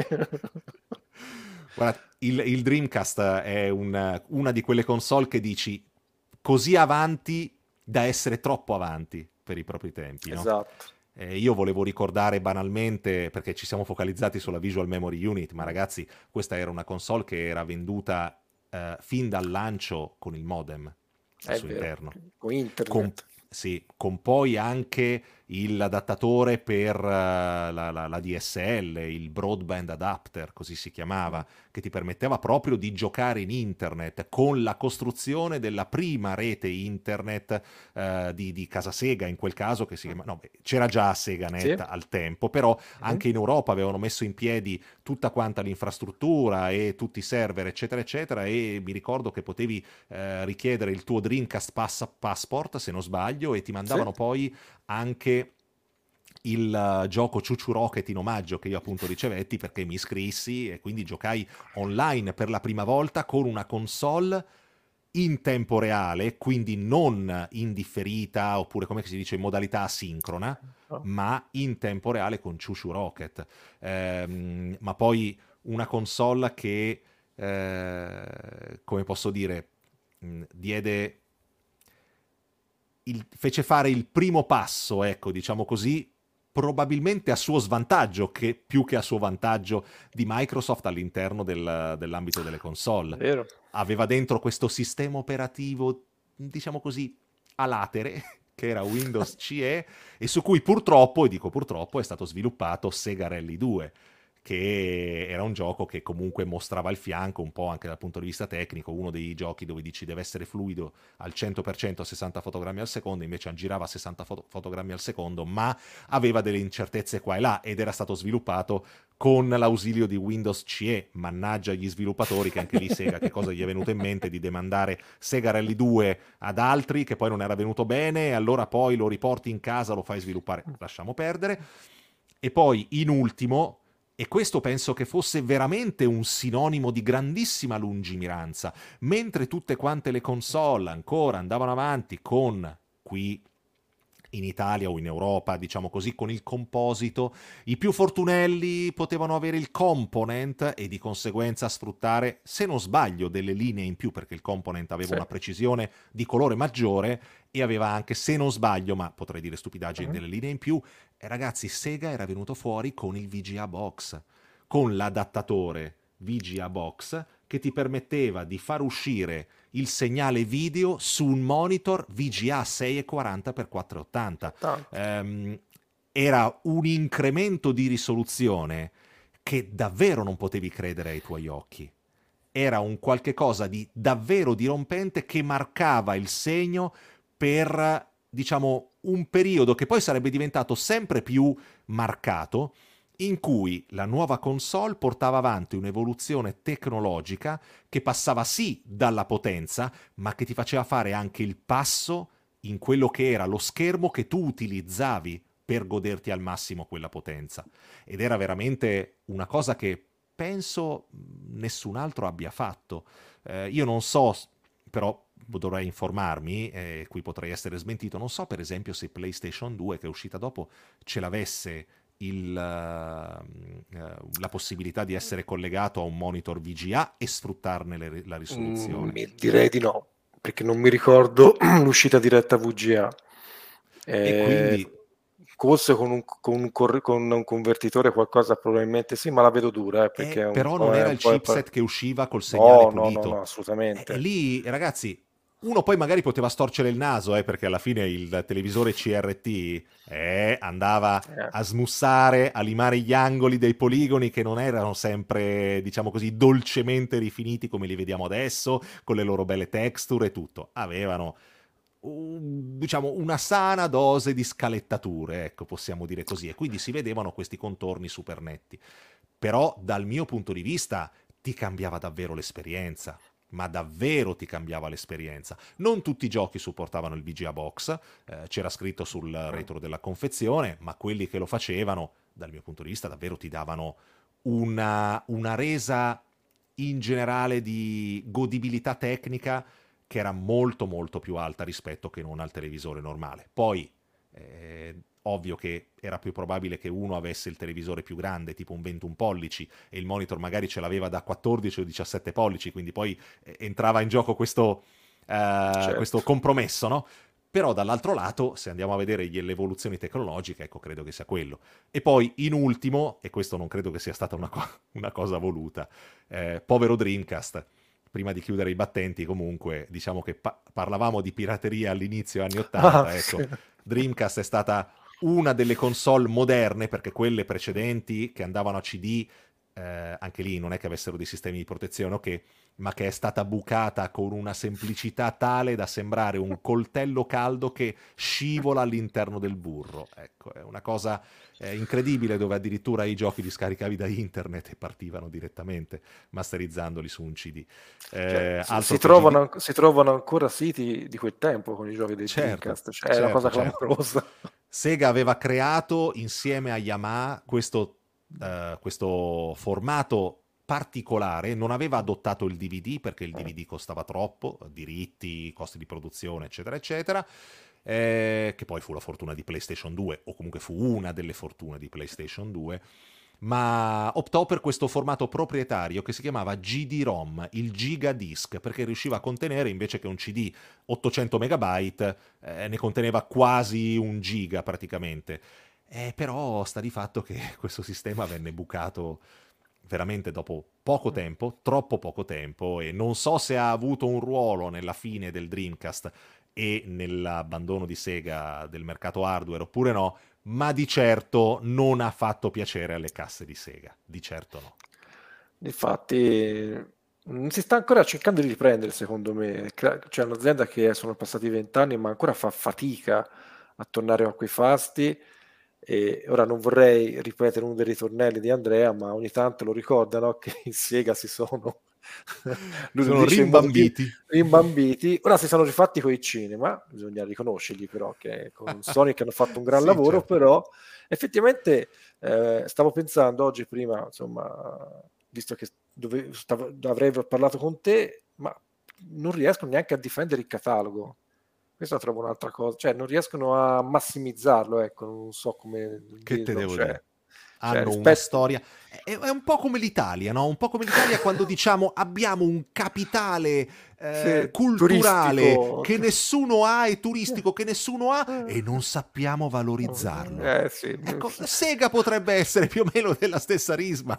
Guarda, il, il Dreamcast è un- una di quelle console che dici così avanti da essere troppo avanti per i propri tempi, no? Esatto. Eh, io volevo ricordare banalmente, perché ci siamo focalizzati sulla Visual Memory Unit, ma Mm. ragazzi, questa era una console che era venduta eh, fin dal lancio con il modem al È suo vero. interno Con con, internet. sì, con poi anche il- l'adattatore per eh, la, la- la D S L, il broadband adapter, così si Mm. chiamava, che ti permetteva proprio di giocare in internet con la costruzione della prima rete internet eh, di, di Casa Sega, in quel caso che si Mm. chiama, no, beh, c'era già Sì. SegaNet al tempo, però Mhm. anche in Europa avevano messo in piedi tutta quanta l'infrastruttura e tutti i server, eccetera, eccetera, e mi ricordo che potevi eh, richiedere il tuo Dreamcast Pass- Passport, se non sbaglio, e ti Sì. mandavano poi anche il uh, gioco Ciuciu Rocket in omaggio che io appunto ricevetti perché mi iscrissi e quindi giocai online per la prima volta con una console in tempo reale, quindi non indifferita oppure come si dice in modalità asincrona, No. ma in tempo reale con Ciuciu Rocket. Ehm, ma poi una console che, eh, come posso dire, mh, diede il, fece fare il primo passo, ecco, diciamo così, probabilmente a suo svantaggio, che più che a suo vantaggio di Microsoft all'interno del- dell'ambito delle console. Vero. Aveva dentro questo sistema operativo, diciamo così, a latere, che era Windows C E, e su cui purtroppo, e dico purtroppo, è stato sviluppato Sega Rally due, che era un gioco che comunque mostrava il fianco un po' anche dal punto di vista tecnico, uno dei giochi dove dici deve essere fluido al cento per cento a sessanta fotogrammi al secondo, invece girava a sessanta foto- fotogrammi al secondo, ma aveva delle incertezze qua e là, ed era stato sviluppato con l'ausilio di Windows C E. Mannaggia gli sviluppatori, che anche lì Sega, che cosa gli è venuto in mente di demandare Sega Rally due ad altri, che poi non era venuto bene, e allora poi lo riporti in casa, lo fai sviluppare, lasciamo perdere. E poi in ultimo, e questo penso che fosse veramente un sinonimo di grandissima lungimiranza, mentre tutte quante le console ancora andavano avanti con, qui in Italia o in Europa, diciamo così, con il composito, i più fortunelli potevano avere il component e di conseguenza sfruttare, se non sbaglio, delle linee in più, perché il component aveva Sì. una precisione di colore maggiore e aveva anche, se non sbaglio, ma potrei dire stupidaggini, Mhm. delle linee in più. E ragazzi, Sega era venuto fuori con il V G A Box, con l'adattatore V G A Box che ti permetteva di far uscire il segnale video su un monitor V G A sei e quaranta per quattrocentottanta. Tanto. Ehm, era un incremento di risoluzione che davvero non potevi credere ai tuoi occhi. Era un qualche cosa di davvero dirompente che marcava il segno per, diciamo, un periodo che poi sarebbe diventato sempre più marcato, in cui la nuova console portava avanti un'evoluzione tecnologica che passava sì dalla potenza, ma che ti faceva fare anche il passo in quello che era lo schermo che tu utilizzavi per goderti al massimo quella potenza. Ed era veramente una cosa che penso nessun altro abbia fatto. Eh, io non so, però dovrei informarmi, e qui potrei essere smentito, non so per esempio se PlayStation due, che è uscita dopo, ce l'avesse il, uh, uh, la possibilità di essere collegato a un monitor V G A e sfruttarne le, la risoluzione. Mm, direi di no, perché non mi ricordo l'uscita diretta V G A. E Eh, quindi forse con un, con, un corre- con un convertitore qualcosa probabilmente sì, ma la vedo dura, eh, perché eh, è un però non po'... È era un il po', è un po'... chipset che usciva col segnale No, no, no, no, pulito. E, e assolutamente. lì, ragazzi, uno poi magari poteva storcere il naso, eh, perché alla fine il televisore C R T eh, andava Eh, a smussare, a limare gli angoli dei poligoni che non erano sempre, diciamo così, dolcemente rifiniti come li vediamo adesso, con le loro belle texture e tutto. Avevano un- diciamo una sana dose di scalettature, ecco, possiamo dire così, e quindi si vedevano questi contorni super netti. Però dal mio punto di vista ti cambiava davvero l'esperienza, ma davvero ti cambiava l'esperienza. Non tutti i giochi supportavano il V G A Box, eh, c'era scritto sul retro della confezione, ma quelli che lo facevano, dal mio punto di vista, davvero ti davano una, una resa in generale di godibilità tecnica che era molto molto più alta rispetto che non al televisore normale. Poi, eh, ovvio che era più probabile che uno avesse il televisore più grande, tipo un ventuno pollici, e il monitor magari ce l'aveva da quattordici o diciassette pollici, quindi poi eh, entrava in gioco questo, eh, questo certo. compromesso, no? Però dall'altro lato, se andiamo a vedere le evoluzioni tecnologiche, ecco, credo che sia quello. E poi, in ultimo, e questo non credo che sia stata una, co- una cosa voluta, eh, povero Dreamcast. Prima di chiudere i battenti, comunque, diciamo che pa- parlavamo di pirateria all'inizio anni Ah, ottanta, ecco, sì. Dreamcast è stata una delle console moderne, perché quelle precedenti che andavano a C D, eh, anche lì non è che avessero dei sistemi di protezione, ok, ma che è stata bucata con una semplicità tale da sembrare un coltello caldo che scivola all'interno del burro. Ecco, è una cosa eh, incredibile, dove addirittura i giochi li scaricavi da internet e partivano direttamente masterizzandoli su un C D. Cioè, Eh, si, si altro che G D. trovano, si trovano ancora siti di quel tempo con i giochi del Certo, Dreamcast, cioè è una certo, cosa certo. clamorosa. Sega aveva creato insieme a Yamaha questo, eh, questo formato particolare, non aveva adottato il D V D perché il Eh, D V D costava troppo, diritti, costi di produzione, eccetera, eccetera, eh, che poi fu la fortuna di PlayStation due, o comunque fu una delle fortune di PlayStation due, ma optò per questo formato proprietario che si chiamava G D-ROM, il Gigadisc, perché riusciva a contenere, invece che un C D ottocento megabyte, eh, ne conteneva quasi un giga praticamente. Eh, però sta di fatto che questo sistema venne bucato veramente dopo poco tempo, troppo poco tempo, e non so se ha avuto un ruolo nella fine del Dreamcast e nell'abbandono di Sega del mercato hardware oppure no, ma di certo non ha fatto piacere alle casse di Sega, di certo no. Infatti, mm, si sta ancora cercando di riprendere, secondo me. Cra- C'è un'azienda che sono passati vent'anni, ma ancora fa fatica a tornare a quei fasti. E ora non vorrei ripetere uno dei ritornelli di Andrea, ma ogni tanto lo ricorda, no? Che in Sega si sono, lui lo Sono dice in modo più rimbambiti. rimbambiti. Ora si sono rifatti con i cinema, bisogna riconoscergli però che con Sonic hanno fatto un gran Sì, lavoro, certo. però effettivamente eh, stavo pensando oggi prima, insomma, visto che dove, stavo, avrei parlato con te, ma non riescono neanche a difendere il catalogo. Questa trovo un'altra cosa, cioè non riescono a massimizzarlo, ecco, non so come Che te dirlo, devo cioè, dire? cioè Hanno una rispetto... storia. È, è un po' come l'Italia, no? Un po' come l'Italia quando diciamo abbiamo un capitale eh, Sì, culturale turistico. che nessuno ha e turistico che nessuno ha e non sappiamo valorizzarlo. Eh sì, Ecco, Sega potrebbe essere più o meno della stessa risma.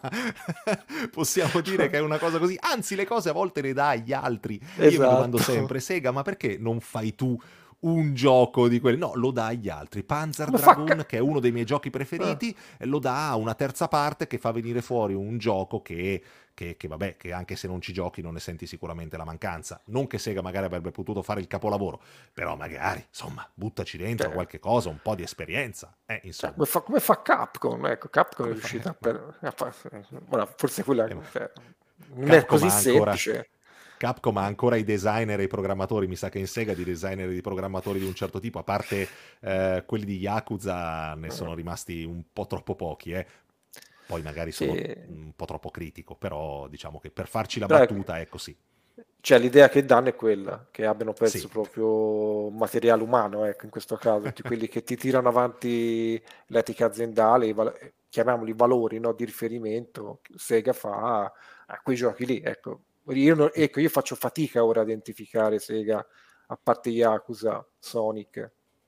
Possiamo dire che è una cosa così. Anzi, le cose a volte le dà agli altri. Io mi domando esatto. sempre, Sega, ma perché non fai tu un gioco di quelli? No, lo dà agli altri. Panzer Come fa a... Dragoon, ca- che è uno dei miei giochi eh, preferiti, lo dà a una terza parte che fa venire fuori un gioco che, che, che, vabbè, che anche se non ci giochi non ne senti sicuramente la mancanza. Non che Sega magari avrebbe potuto fare il capolavoro, però magari, insomma, buttaci dentro cioè, qualche cosa, un po' di esperienza. Eh, cioè, insomma. come fa, come fa Capcom? Ecco, Capcom è Come fa? Eh, riuscita a... ma, Per... a fa- ora, forse quella eh, ma cioè, non è Capcom così ha ancora... semplice. Capcom ha ancora i designer e i programmatori, mi sa che in Sega di designer e di programmatori di un certo tipo, a parte eh, quelli di Yakuza, ne sono rimasti un po' troppo pochi, eh. Poi magari sono Sì, un po' troppo critico, però diciamo che per farci la però ecco, battuta è così. cioè, l'idea che danno è quella, che abbiano perso Sì, proprio materiale umano, ecco, in questo caso, tutti quelli che ti tirano avanti l'etica aziendale, i val- chiamiamoli valori, no, di riferimento, che Sega fa a quei giochi lì, ecco. Io, non- ecco, io faccio fatica ora a identificare Sega, a parte Yakuza, Sonic,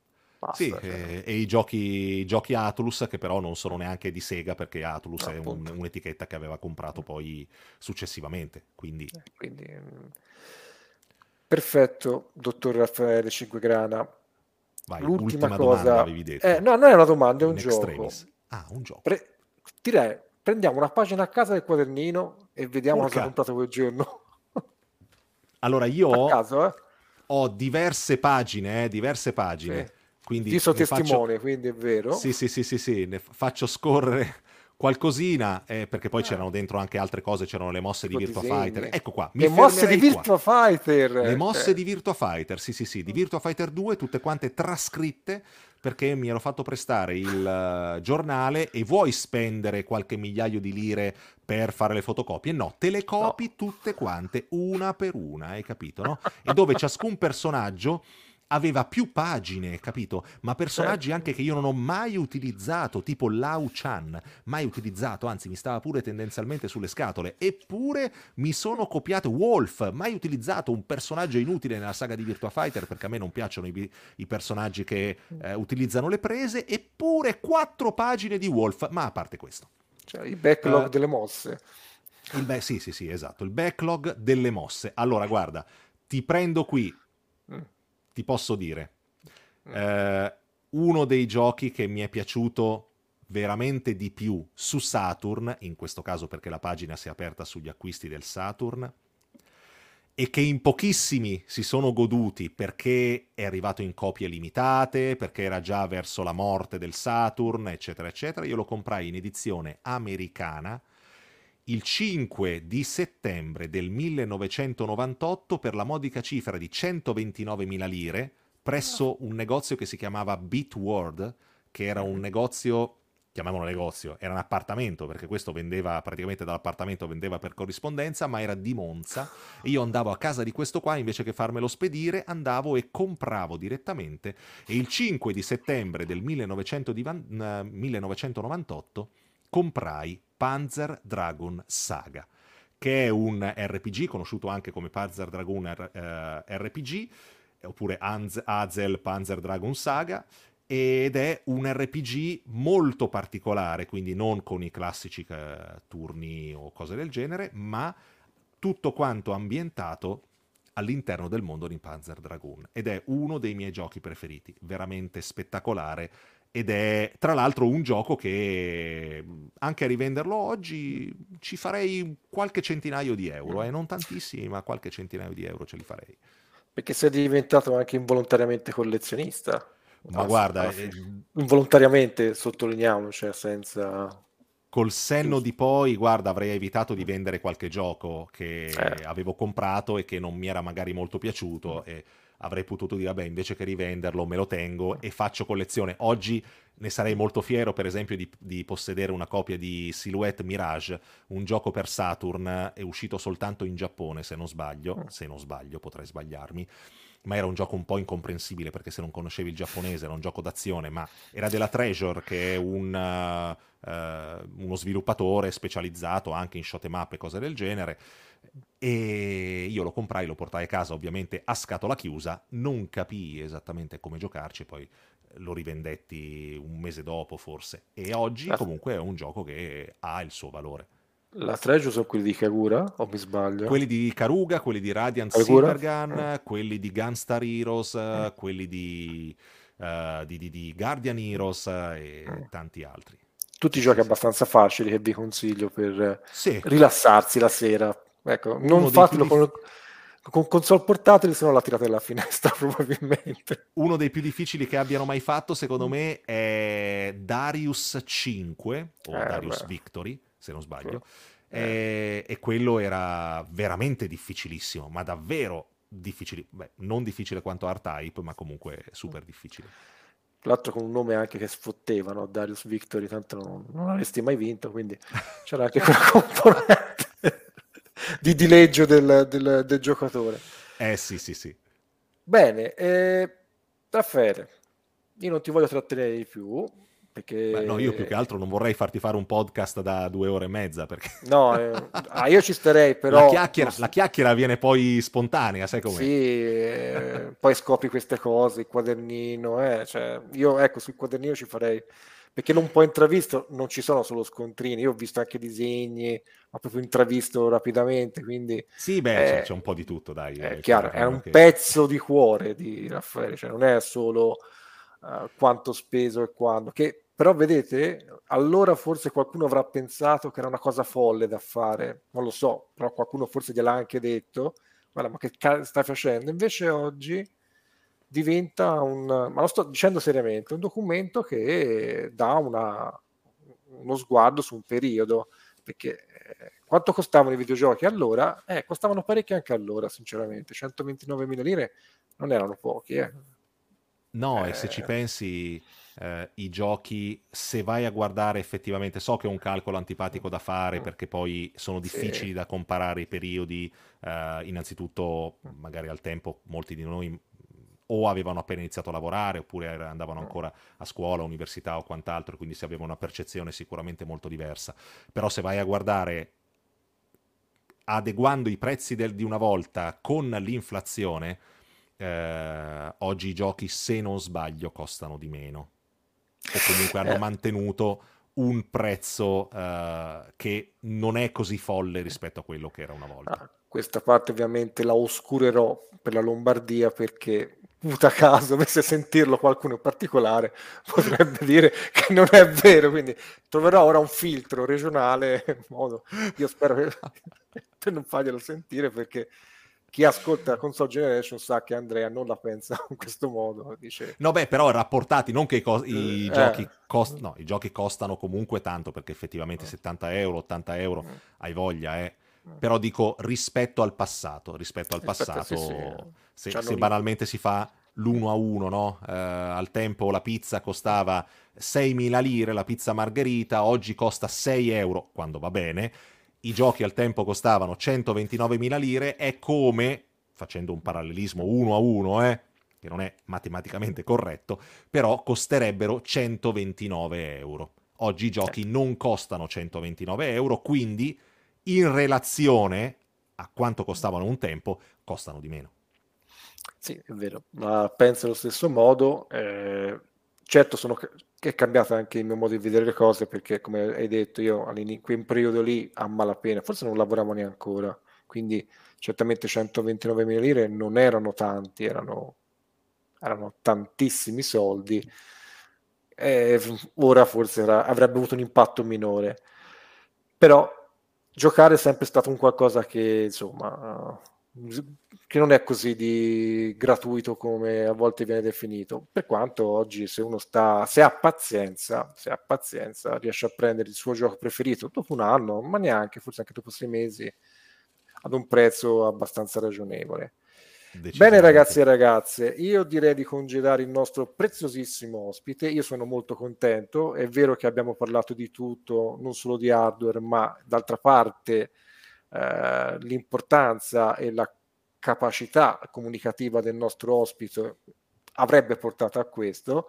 sì, basta, cioè, eh, e i giochi, i giochi Atlus che però non sono neanche di Sega perché Atlus è un- appunto. un'etichetta che aveva comprato poi successivamente, quindi Eh, Quindi, mm, perfetto, dottor Raffaele Cinquegrana. vai, L'ultima ultima domanda cosa, avevi eh, detto, no, non è una domanda, è un in gioco. extremis. Ah, un gioco. Pre- direi, prendiamo una pagina a casa del quadernino e vediamo cosa ha Urca! comprato quel giorno. Allora, io A ho, caso, eh? ho diverse pagine, eh, diverse Sì. pagine, Io quindi sono ne faccio... testimone, quindi è vero. Sì, sì, sì, sì, sì, ne f- faccio scorrere qualcosina, eh, perché poi Ah, c'erano dentro anche altre cose, c'erano le mosse di tipo Virtua Fighter. disegni. Ecco qua, mi Le mosse di fermerei qua. Virtua Le Fighter. mosse Cioè. di Virtua Fighter, sì, sì, sì, di Virtua Fighter due, tutte quante trascritte, perché mi ero fatto prestare il eh, giornale e vuoi spendere qualche migliaio di lire per fare le fotocopie? No, te le No. copi tutte quante, una per una, hai capito, no? E dove ciascun personaggio aveva più pagine, capito? Ma personaggi Certo. anche che io non ho mai utilizzato, tipo Lao Chan, mai utilizzato, anzi mi stava pure tendenzialmente sulle scatole, eppure mi sono copiato Wolf, mai utilizzato, un personaggio inutile nella saga di Virtua Fighter perché a me non piacciono i, i personaggi che eh, utilizzano le prese, eppure quattro pagine di Wolf, ma a parte questo. Cioè, i backlog Uh, delle mosse. il be- sì, sì, sì, esatto, il backlog delle mosse. Allora, guarda, ti prendo qui, Mm, ti posso dire, mm. eh, uno dei giochi che mi è piaciuto veramente di più su Saturn, in questo caso perché la pagina si è aperta sugli acquisti del Saturn, e che in pochissimi si sono goduti perché è arrivato in copie limitate, perché era già verso la morte del Saturn, eccetera, eccetera. Io lo comprai in edizione americana il cinque di settembre del millenovecentonovantotto per la modica cifra di centoventinovemila lire presso un negozio che si chiamava Bitworld, che era un Mhm. negozio, chiamiamolo negozio, era un appartamento, perché questo vendeva praticamente dall'appartamento, vendeva per corrispondenza, ma era di Monza, e io andavo a casa di questo qua, invece che farmelo spedire, andavo e compravo direttamente, e il cinque di settembre del millenovecentonovantotto comprai Panzer Dragoon Saga, che è un R P G, conosciuto anche come Panzer Dragoon R- eh, R P G, oppure Hans- Hazel Panzer Dragoon Saga, ed è un R P G molto particolare, quindi non con i classici eh, turni o cose del genere, ma tutto quanto ambientato all'interno del mondo di Panzer Dragoon, ed è uno dei miei giochi preferiti, veramente spettacolare, ed è tra l'altro un gioco che anche a rivenderlo oggi ci farei qualche centinaio di euro, eh? Non tantissimi, ma qualche centinaio di euro ce li farei. Perché sei diventato anche involontariamente collezionista. Ma Alla, guarda, alla eh, fine. Involontariamente, sottolineiamo, cioè senza... col senno Giusto. di poi, guarda, avrei evitato di vendere qualche gioco Eh. che avevo comprato e che non mi era magari molto piaciuto, e avrei potuto dire, vabbè, invece che rivenderlo me lo tengo e faccio collezione. Oggi ne sarei molto fiero, per esempio, di, di possedere una copia di Silhouette Mirage, un gioco per Saturn, è uscito soltanto in Giappone, se non sbaglio, se non sbaglio, potrei sbagliarmi, ma era un gioco un po' incomprensibile perché se non conoscevi il giapponese era un gioco d'azione, ma era della Treasure, che è un, uh, uh, uno sviluppatore specializzato anche in shoot 'em up e cose del genere, e io lo comprai, lo portai a casa ovviamente a scatola chiusa, non capii esattamente come giocarci, poi lo rivendetti un mese dopo forse, e oggi La, comunque è un gioco che ha il suo valore. la Treasure sono quelli di Kagura, o mi Quelli sbaglio? di Karuga, quelli di Radiant Kagura? Mm. Silvergun, quelli di Gunstar Heroes, Mm. eh, quelli di, eh, di- di- di Guardian Heroes, eh, Mm. e tanti altri. Tutti Sì, giochi sì, sì. abbastanza facili che vi consiglio per eh, Sì, rilassarsi la sera. Ecco, non uno dei più fatelo dif- con, con console portatili, se no la tirate dalla finestra probabilmente. uno dei più difficili che abbiano mai fatto, secondo me, è Darius cinque, o Eh, Darius beh. Victory, se non sbaglio, Eh. e, e quello era veramente difficilissimo, ma davvero difficile. Beh, non difficile quanto R-Type, ma comunque super difficile. Tra l'altro con un nome anche che sfotteva, no? Darius Victory, tanto non, non avresti mai vinto, quindi c'era anche quella componente di dileggio del, del- del giocatore. Eh sì, sì, sì. Bene, eh, Raffaele, io non ti voglio trattenere di più, Beh, no, io più che perché... altro non vorrei farti fare un podcast da due ore e mezza, perché No, eh, ah, io ci starei, la però... lo chiacchiera, la s- chiacchiera viene poi spontanea, sai com'è? Sì, eh, poi scopri queste cose, il quadernino, eh, cioè, io ecco sul quadernino ci farei, perché non può intravisto, non ci sono solo scontrini, io ho visto anche disegni, ma proprio intravisto rapidamente, quindi Sì, beh, c'è, c'è è, un po' di tutto, dai, è è il chiaro, è quadernino un che... pezzo di cuore di Raffaele, cioè non è solo eh, quanto speso e quando, che però vedete, allora forse qualcuno avrà pensato che era una cosa folle da fare, non lo so, però qualcuno forse gliel'ha anche detto, guarda, ma che ca- stai facendo? Invece oggi diventa un, ma lo sto dicendo seriamente, un documento che dà una, uno sguardo su un periodo, perché eh, quanto costavano i videogiochi allora? Eh, costavano parecchio anche allora, sinceramente, centoventinovemila lire non erano pochi, eh. No, e se ci Eh, pensi, eh, i giochi, se vai a guardare effettivamente, so che è un calcolo antipatico da fare perché poi sono sì, difficili da comparare i periodi, eh, innanzitutto magari al tempo molti di noi o avevano appena iniziato a lavorare oppure era- andavano ancora a scuola, università o quant'altro, quindi si aveva una percezione sicuramente molto diversa. Però se vai a guardare adeguando i prezzi del- di una volta con l'inflazione, eh, oggi i giochi, se non sbaglio, costano di meno. O comunque hanno eh, mantenuto un prezzo eh, che non è così folle rispetto a quello che era una volta. ah, questa parte ovviamente la oscurerò per la Lombardia perché puta caso dovesse sentirlo qualcuno in particolare potrebbe dire che non è vero, quindi troverò ora un filtro regionale in modo, io spero che per non farglielo sentire perché chi ascolta la console generation sa che Andrea non la pensa in questo modo, dice No, beh, però rapportati, non che i, cos- i eh, giochi cost- no, i giochi costano comunque tanto, perché effettivamente settanta euro, ottanta euro, hai voglia, eh. Però dico rispetto al passato, rispetto al aspetta, sì, sì, passato, se, c'hanno se un... banalmente si fa l'uno a uno, no? Eh, al tempo la pizza costava seimila lire, la pizza margherita, oggi costa sei euro, quando va bene. I giochi al tempo costavano centoventinovemila lire, è come, facendo un parallelismo uno a uno, eh, che non è matematicamente corretto, però costerebbero centoventinove euro. Oggi i eh. giochi non costano centoventinove euro, quindi in relazione a quanto costavano un tempo, costano di meno. Sì, è vero, ma penso allo stesso modo. Eh, certo, sono, ca- che è cambiato anche il mio modo di vedere le cose perché, come hai detto, io all'ini- in quel periodo lì a malapena, forse non lavoravo neanche ancora, quindi certamente centoventinove mila lire non erano tanti, erano, erano tantissimi soldi. Eh, ora forse era, avrebbe avuto un impatto minore, però giocare è sempre stato un qualcosa che insomma che non è così di gratuito come a volte viene definito, per quanto oggi se uno sta, se ha pazienza, se ha pazienza riesce a prendere il suo gioco preferito dopo un anno, ma neanche, forse anche dopo sei mesi, ad un prezzo abbastanza ragionevole. Bene ragazzi e ragazze, io direi di congedare il nostro preziosissimo ospite. Io sono molto contento, è vero che abbiamo parlato di tutto, non solo di hardware, ma d'altra parte eh, l'importanza e la capacità comunicativa del nostro ospite avrebbe portato a questo.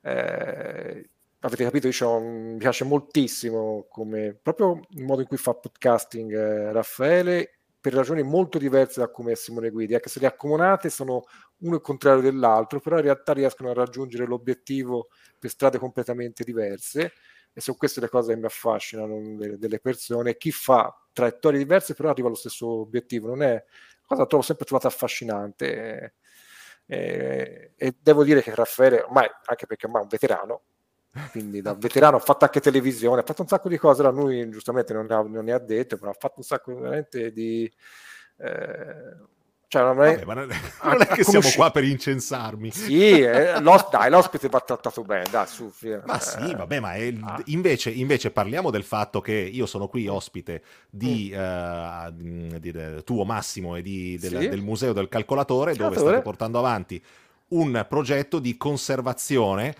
Eh, avete capito, io mi piace moltissimo come proprio il modo in cui fa podcasting eh, Raffaele, per ragioni molto diverse da come è Simone Guidi, anche se le accomunate sono uno il contrario dell'altro, però in realtà riescono a raggiungere l'obiettivo per strade completamente diverse, e sono queste le cose che mi affascinano delle, delle persone. Chi fa traiettorie diverse però arriva allo stesso obiettivo, non è cosa che trovo sempre trovata affascinante, e, e, e devo dire che Raffaele ormai, anche perché ormai è un veterano, quindi da veterano ha fatto anche televisione, ha fatto un sacco di cose, da lui giustamente non, ha, non ne ha detto, ma ha fatto un sacco veramente di eh, cioè non è, Vabbè, ma non è, non è che siamo qua per incensarmi. Sì, eh, l'os- dai, l'ospite va trattato bene, dai, su. Eh, ma sì, vabbè, ma è, ah. invece, invece parliamo del fatto che io sono qui ospite di, mm. uh, di, di, di tuo Massimo e di, del, sì. del Museo del Calcolatore, Calcolatore, dove state portando avanti un progetto di conservazione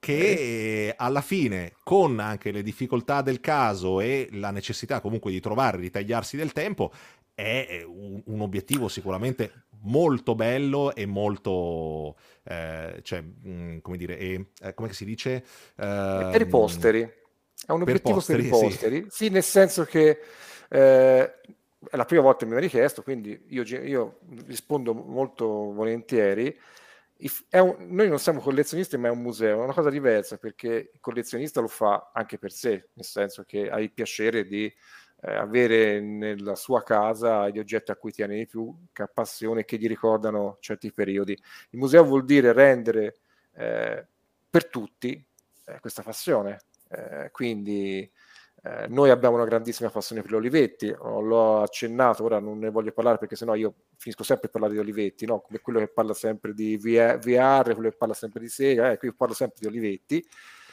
che eh. alla fine, con anche le difficoltà del caso e la necessità comunque di trovare, di tagliarsi del tempo, è un, un obiettivo sicuramente molto bello e molto eh, cioè mh, come dire è, eh, come si dice uh, per i posteri è un obiettivo per, posteri, per i posteri sì. sì, nel senso che eh, è la prima volta che mi hanno richiesto, quindi io, io rispondo molto volentieri. È un, noi non siamo collezionisti, ma è un museo, è una cosa diversa, perché il collezionista lo fa anche per sé, nel senso che ha il piacere di eh, avere nella sua casa gli oggetti a cui tiene di più, che ha passione, che gli ricordano certi periodi. Il museo vuol dire rendere eh, per tutti eh, questa passione, eh, quindi eh, noi abbiamo una grandissima passione per gli olivetti, oh, l'ho accennato, ora non ne voglio parlare perché sennò io finisco sempre a parlare di olivetti, no? Come quello che parla sempre di V R, quello che parla sempre di Sega, eh, qui io parlo sempre di olivetti,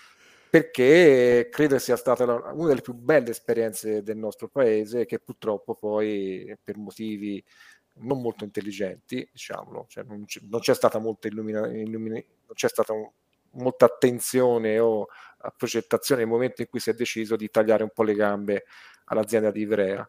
perché credo sia stata una delle più belle esperienze del nostro paese, che purtroppo poi per motivi non molto intelligenti, diciamolo, cioè non, c- non c'è stata molta illumina- illumina- non c'è stata un, molta attenzione o a progettazione nel momento in cui si è deciso di tagliare un po' le gambe all'azienda di Ivrea.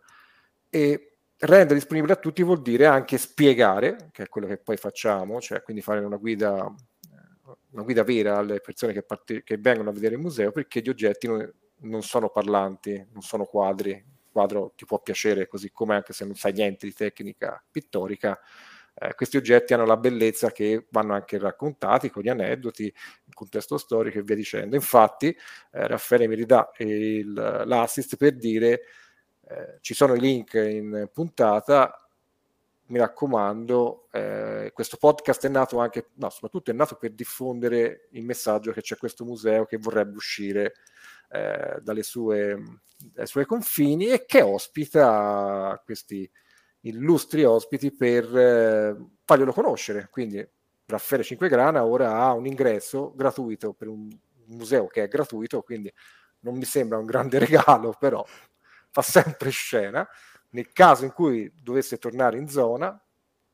E rendere disponibile a tutti vuol dire anche spiegare, che è quello che poi facciamo, cioè quindi fare una guida una guida vera alle persone che, parte- che vengono a vedere il museo, perché gli oggetti non, non sono parlanti, non sono quadri. Il quadro ti può piacere così come, anche se non sai niente di tecnica pittorica, eh, questi oggetti hanno la bellezza che vanno anche raccontati con gli aneddoti, il contesto storico e via dicendo. Infatti eh, Raffaele mi ridà il, l'assist per dire eh, ci sono i link in puntata. Mi raccomando, eh, questo podcast è nato anche, no, soprattutto è nato per diffondere il messaggio che c'è questo museo che vorrebbe uscire eh, dalle sue, dai suoi confini, e che ospita questi illustri ospiti per eh, farglielo conoscere. Quindi Raffaele Cinquegrana ora ha un ingresso gratuito per un museo che è gratuito, quindi non mi sembra un grande regalo, però fa sempre scena. Nel caso in cui dovesse tornare in zona,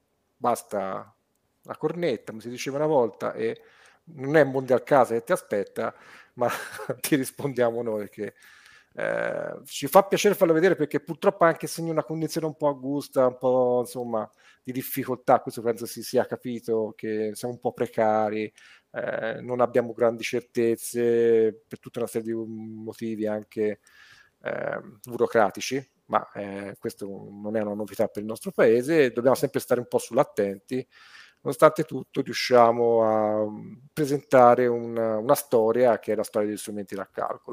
basta la cornetta, come si diceva una volta, e non è Mondial Casa che ti aspetta, ma ti rispondiamo noi che eh, ci fa piacere farlo vedere, perché purtroppo anche se in una condizione un po' angusta, un po' insomma di difficoltà, questo penso si sia capito, che siamo un po' precari, eh, non abbiamo grandi certezze per tutta una serie di motivi anche eh, burocratici, ma eh, questo non è una novità per il nostro paese, dobbiamo sempre stare un po' sull'attenti. Nonostante tutto riusciamo a presentare una, una storia che è la storia degli strumenti da calcolo.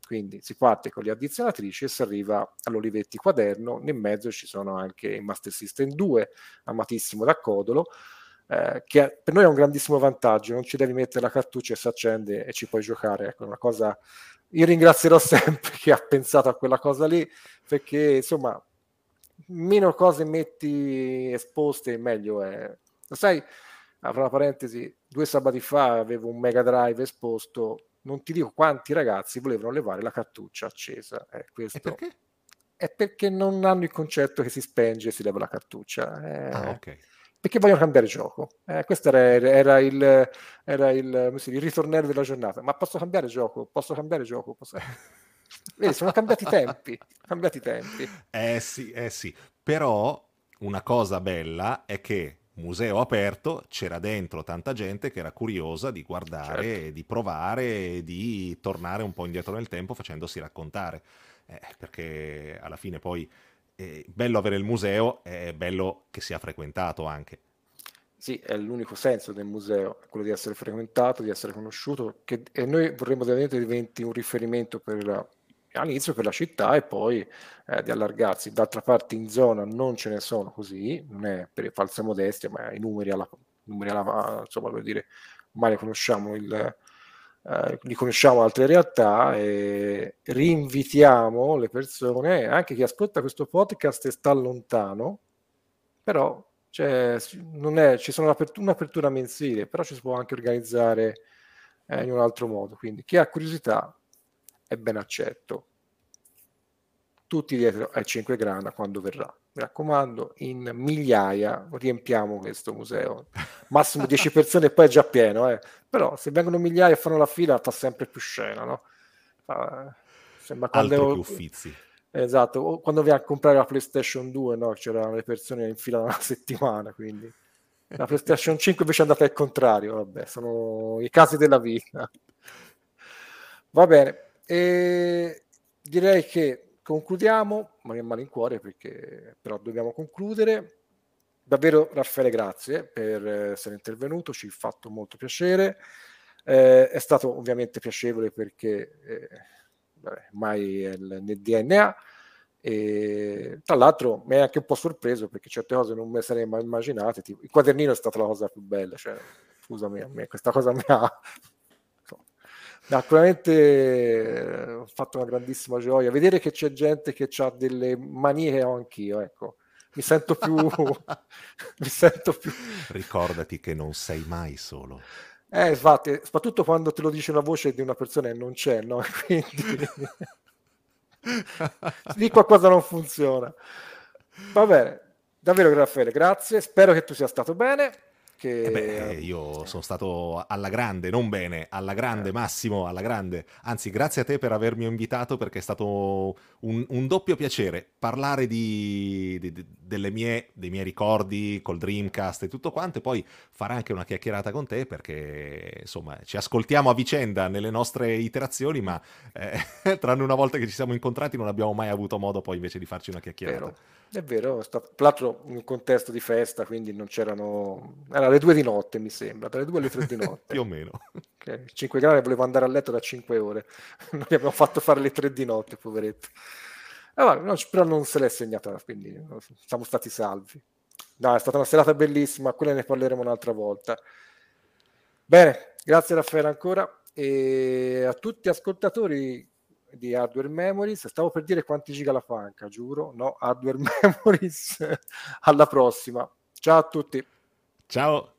quindi si parte con le addizionatrici e si arriva all'Olivetti quaderno. Nel mezzo ci sono anche il Master System due, amatissimo da Codolo, eh, che per noi è un grandissimo vantaggio, non ci devi mettere la cartuccia e si accende e ci puoi giocare. Ecco, una cosa, io ringrazierò sempre chi ha pensato a quella cosa lì, perché insomma meno cose metti esposte meglio è. Lo sai, apro una parentesi, due sabati fa avevo un Mega Drive esposto, non ti dico quanti ragazzi volevano levare la cartuccia accesa. Eh, E questo perché? è perché non hanno il concetto che si spenge e si leva la cartuccia. Ah, Eh, ok. perché vogliono cambiare gioco. Eh, questo era, era il, era il, come si dice, il ritornello della giornata. Ma posso cambiare gioco? Posso cambiare gioco? Posso... Vedi, sono cambiati i tempi. Cambiati i tempi. Eh sì, eh sì. Però una cosa bella è che museo aperto c'era dentro tanta gente che era curiosa di Certo. guardare, di provare e di tornare un po' indietro nel tempo facendosi raccontare. Eh, perché alla fine poi è bello avere il museo, è bello che sia frequentato anche. Sì, è l'unico senso del museo, quello di essere frequentato, di essere conosciuto, che, e noi vorremmo ovviamente diventi un riferimento per, all'inizio per la città e poi eh, di allargarsi. D'altra parte in zona non ce ne sono così, non è per falsa modestia, ma i numeri alla, numeri alla insomma, per dire, ormai ne conosciamo, il, eh, li conosciamo altre realtà e rinvitiamo le persone, anche chi ascolta questo podcast e sta lontano, però cioè, non è, ci sono un'apertura, un'apertura mensile, però ci si può anche organizzare eh, in un altro modo. Quindi chi ha curiosità è ben accetto. Tutti dietro ai cinque grana quando verrà. Mi raccomando, in migliaia riempiamo questo museo. Massimo dieci persone e poi è già pieno, eh. Però se vengono migliaia e fanno la fila fa sempre più scena, no? Fa, sembra Altro che quando... Uffizi. Esatto, o quando vai a comprare la PlayStation due, no? C'erano le persone in fila da una settimana, quindi la PlayStation cinque invece è andata al contrario, vabbè, sono i casi della vita. Va bene, e direi che concludiamo, ma che malincuore perché però dobbiamo concludere. Davvero Raffaele, grazie per essere intervenuto, ci ha fatto molto piacere. Eh, è stato ovviamente piacevole perché eh, vabbè, mai è nel D N A. E tra l'altro mi è anche un po' sorpreso perché certe cose non me le sarei mai immaginate, tipo, il quadernino è stata la cosa più bella, cioè, scusami, a me questa cosa mi ha naturalmente ho fatto una grandissima gioia vedere che c'è gente che ha delle manie che ho anch'io, ecco, mi sento più mi sento più Ricordati che non sei mai solo. eh infatti, soprattutto quando te lo dice una voce di una persona e non c'è, no? Quindi lì qualcosa non funziona. Va bene, davvero Raffaele, grazie, spero che tu sia stato bene, E che beh, io sono stato alla grande, non bene, alla grande, eh, Massimo, alla grande. Anzi, grazie a te per avermi invitato perché è stato un, un doppio piacere parlare di, di- di- delle mie, dei miei ricordi col Dreamcast e tutto quanto e poi fare anche una chiacchierata con te perché, insomma, ci ascoltiamo a vicenda nelle nostre iterazioni, ma eh, tranne una volta che ci siamo incontrati non abbiamo mai avuto modo poi invece di farci una chiacchierata. vero, è vero, è stato, tra l'altro in un contesto di festa, quindi non c'erano, era alle due di notte mi sembra, dalle due alle tre di Più o notte. meno. Okay. cinque gradi volevo andare a letto da cinque ore, non gli abbiamo fatto fare le tre di notte, poveretto. Allora, no, però non se l'è segnata, quindi no, siamo stati salvi. No, è stata una serata bellissima, quella ne parleremo un'altra volta. Bene, grazie Raffaele ancora e a tutti gli ascoltatori di Hardware Memories. Stavo per dire quanti giga la panca, giuro. No, Hardware Memories. Alla prossima. Ciao a tutti. Ciao!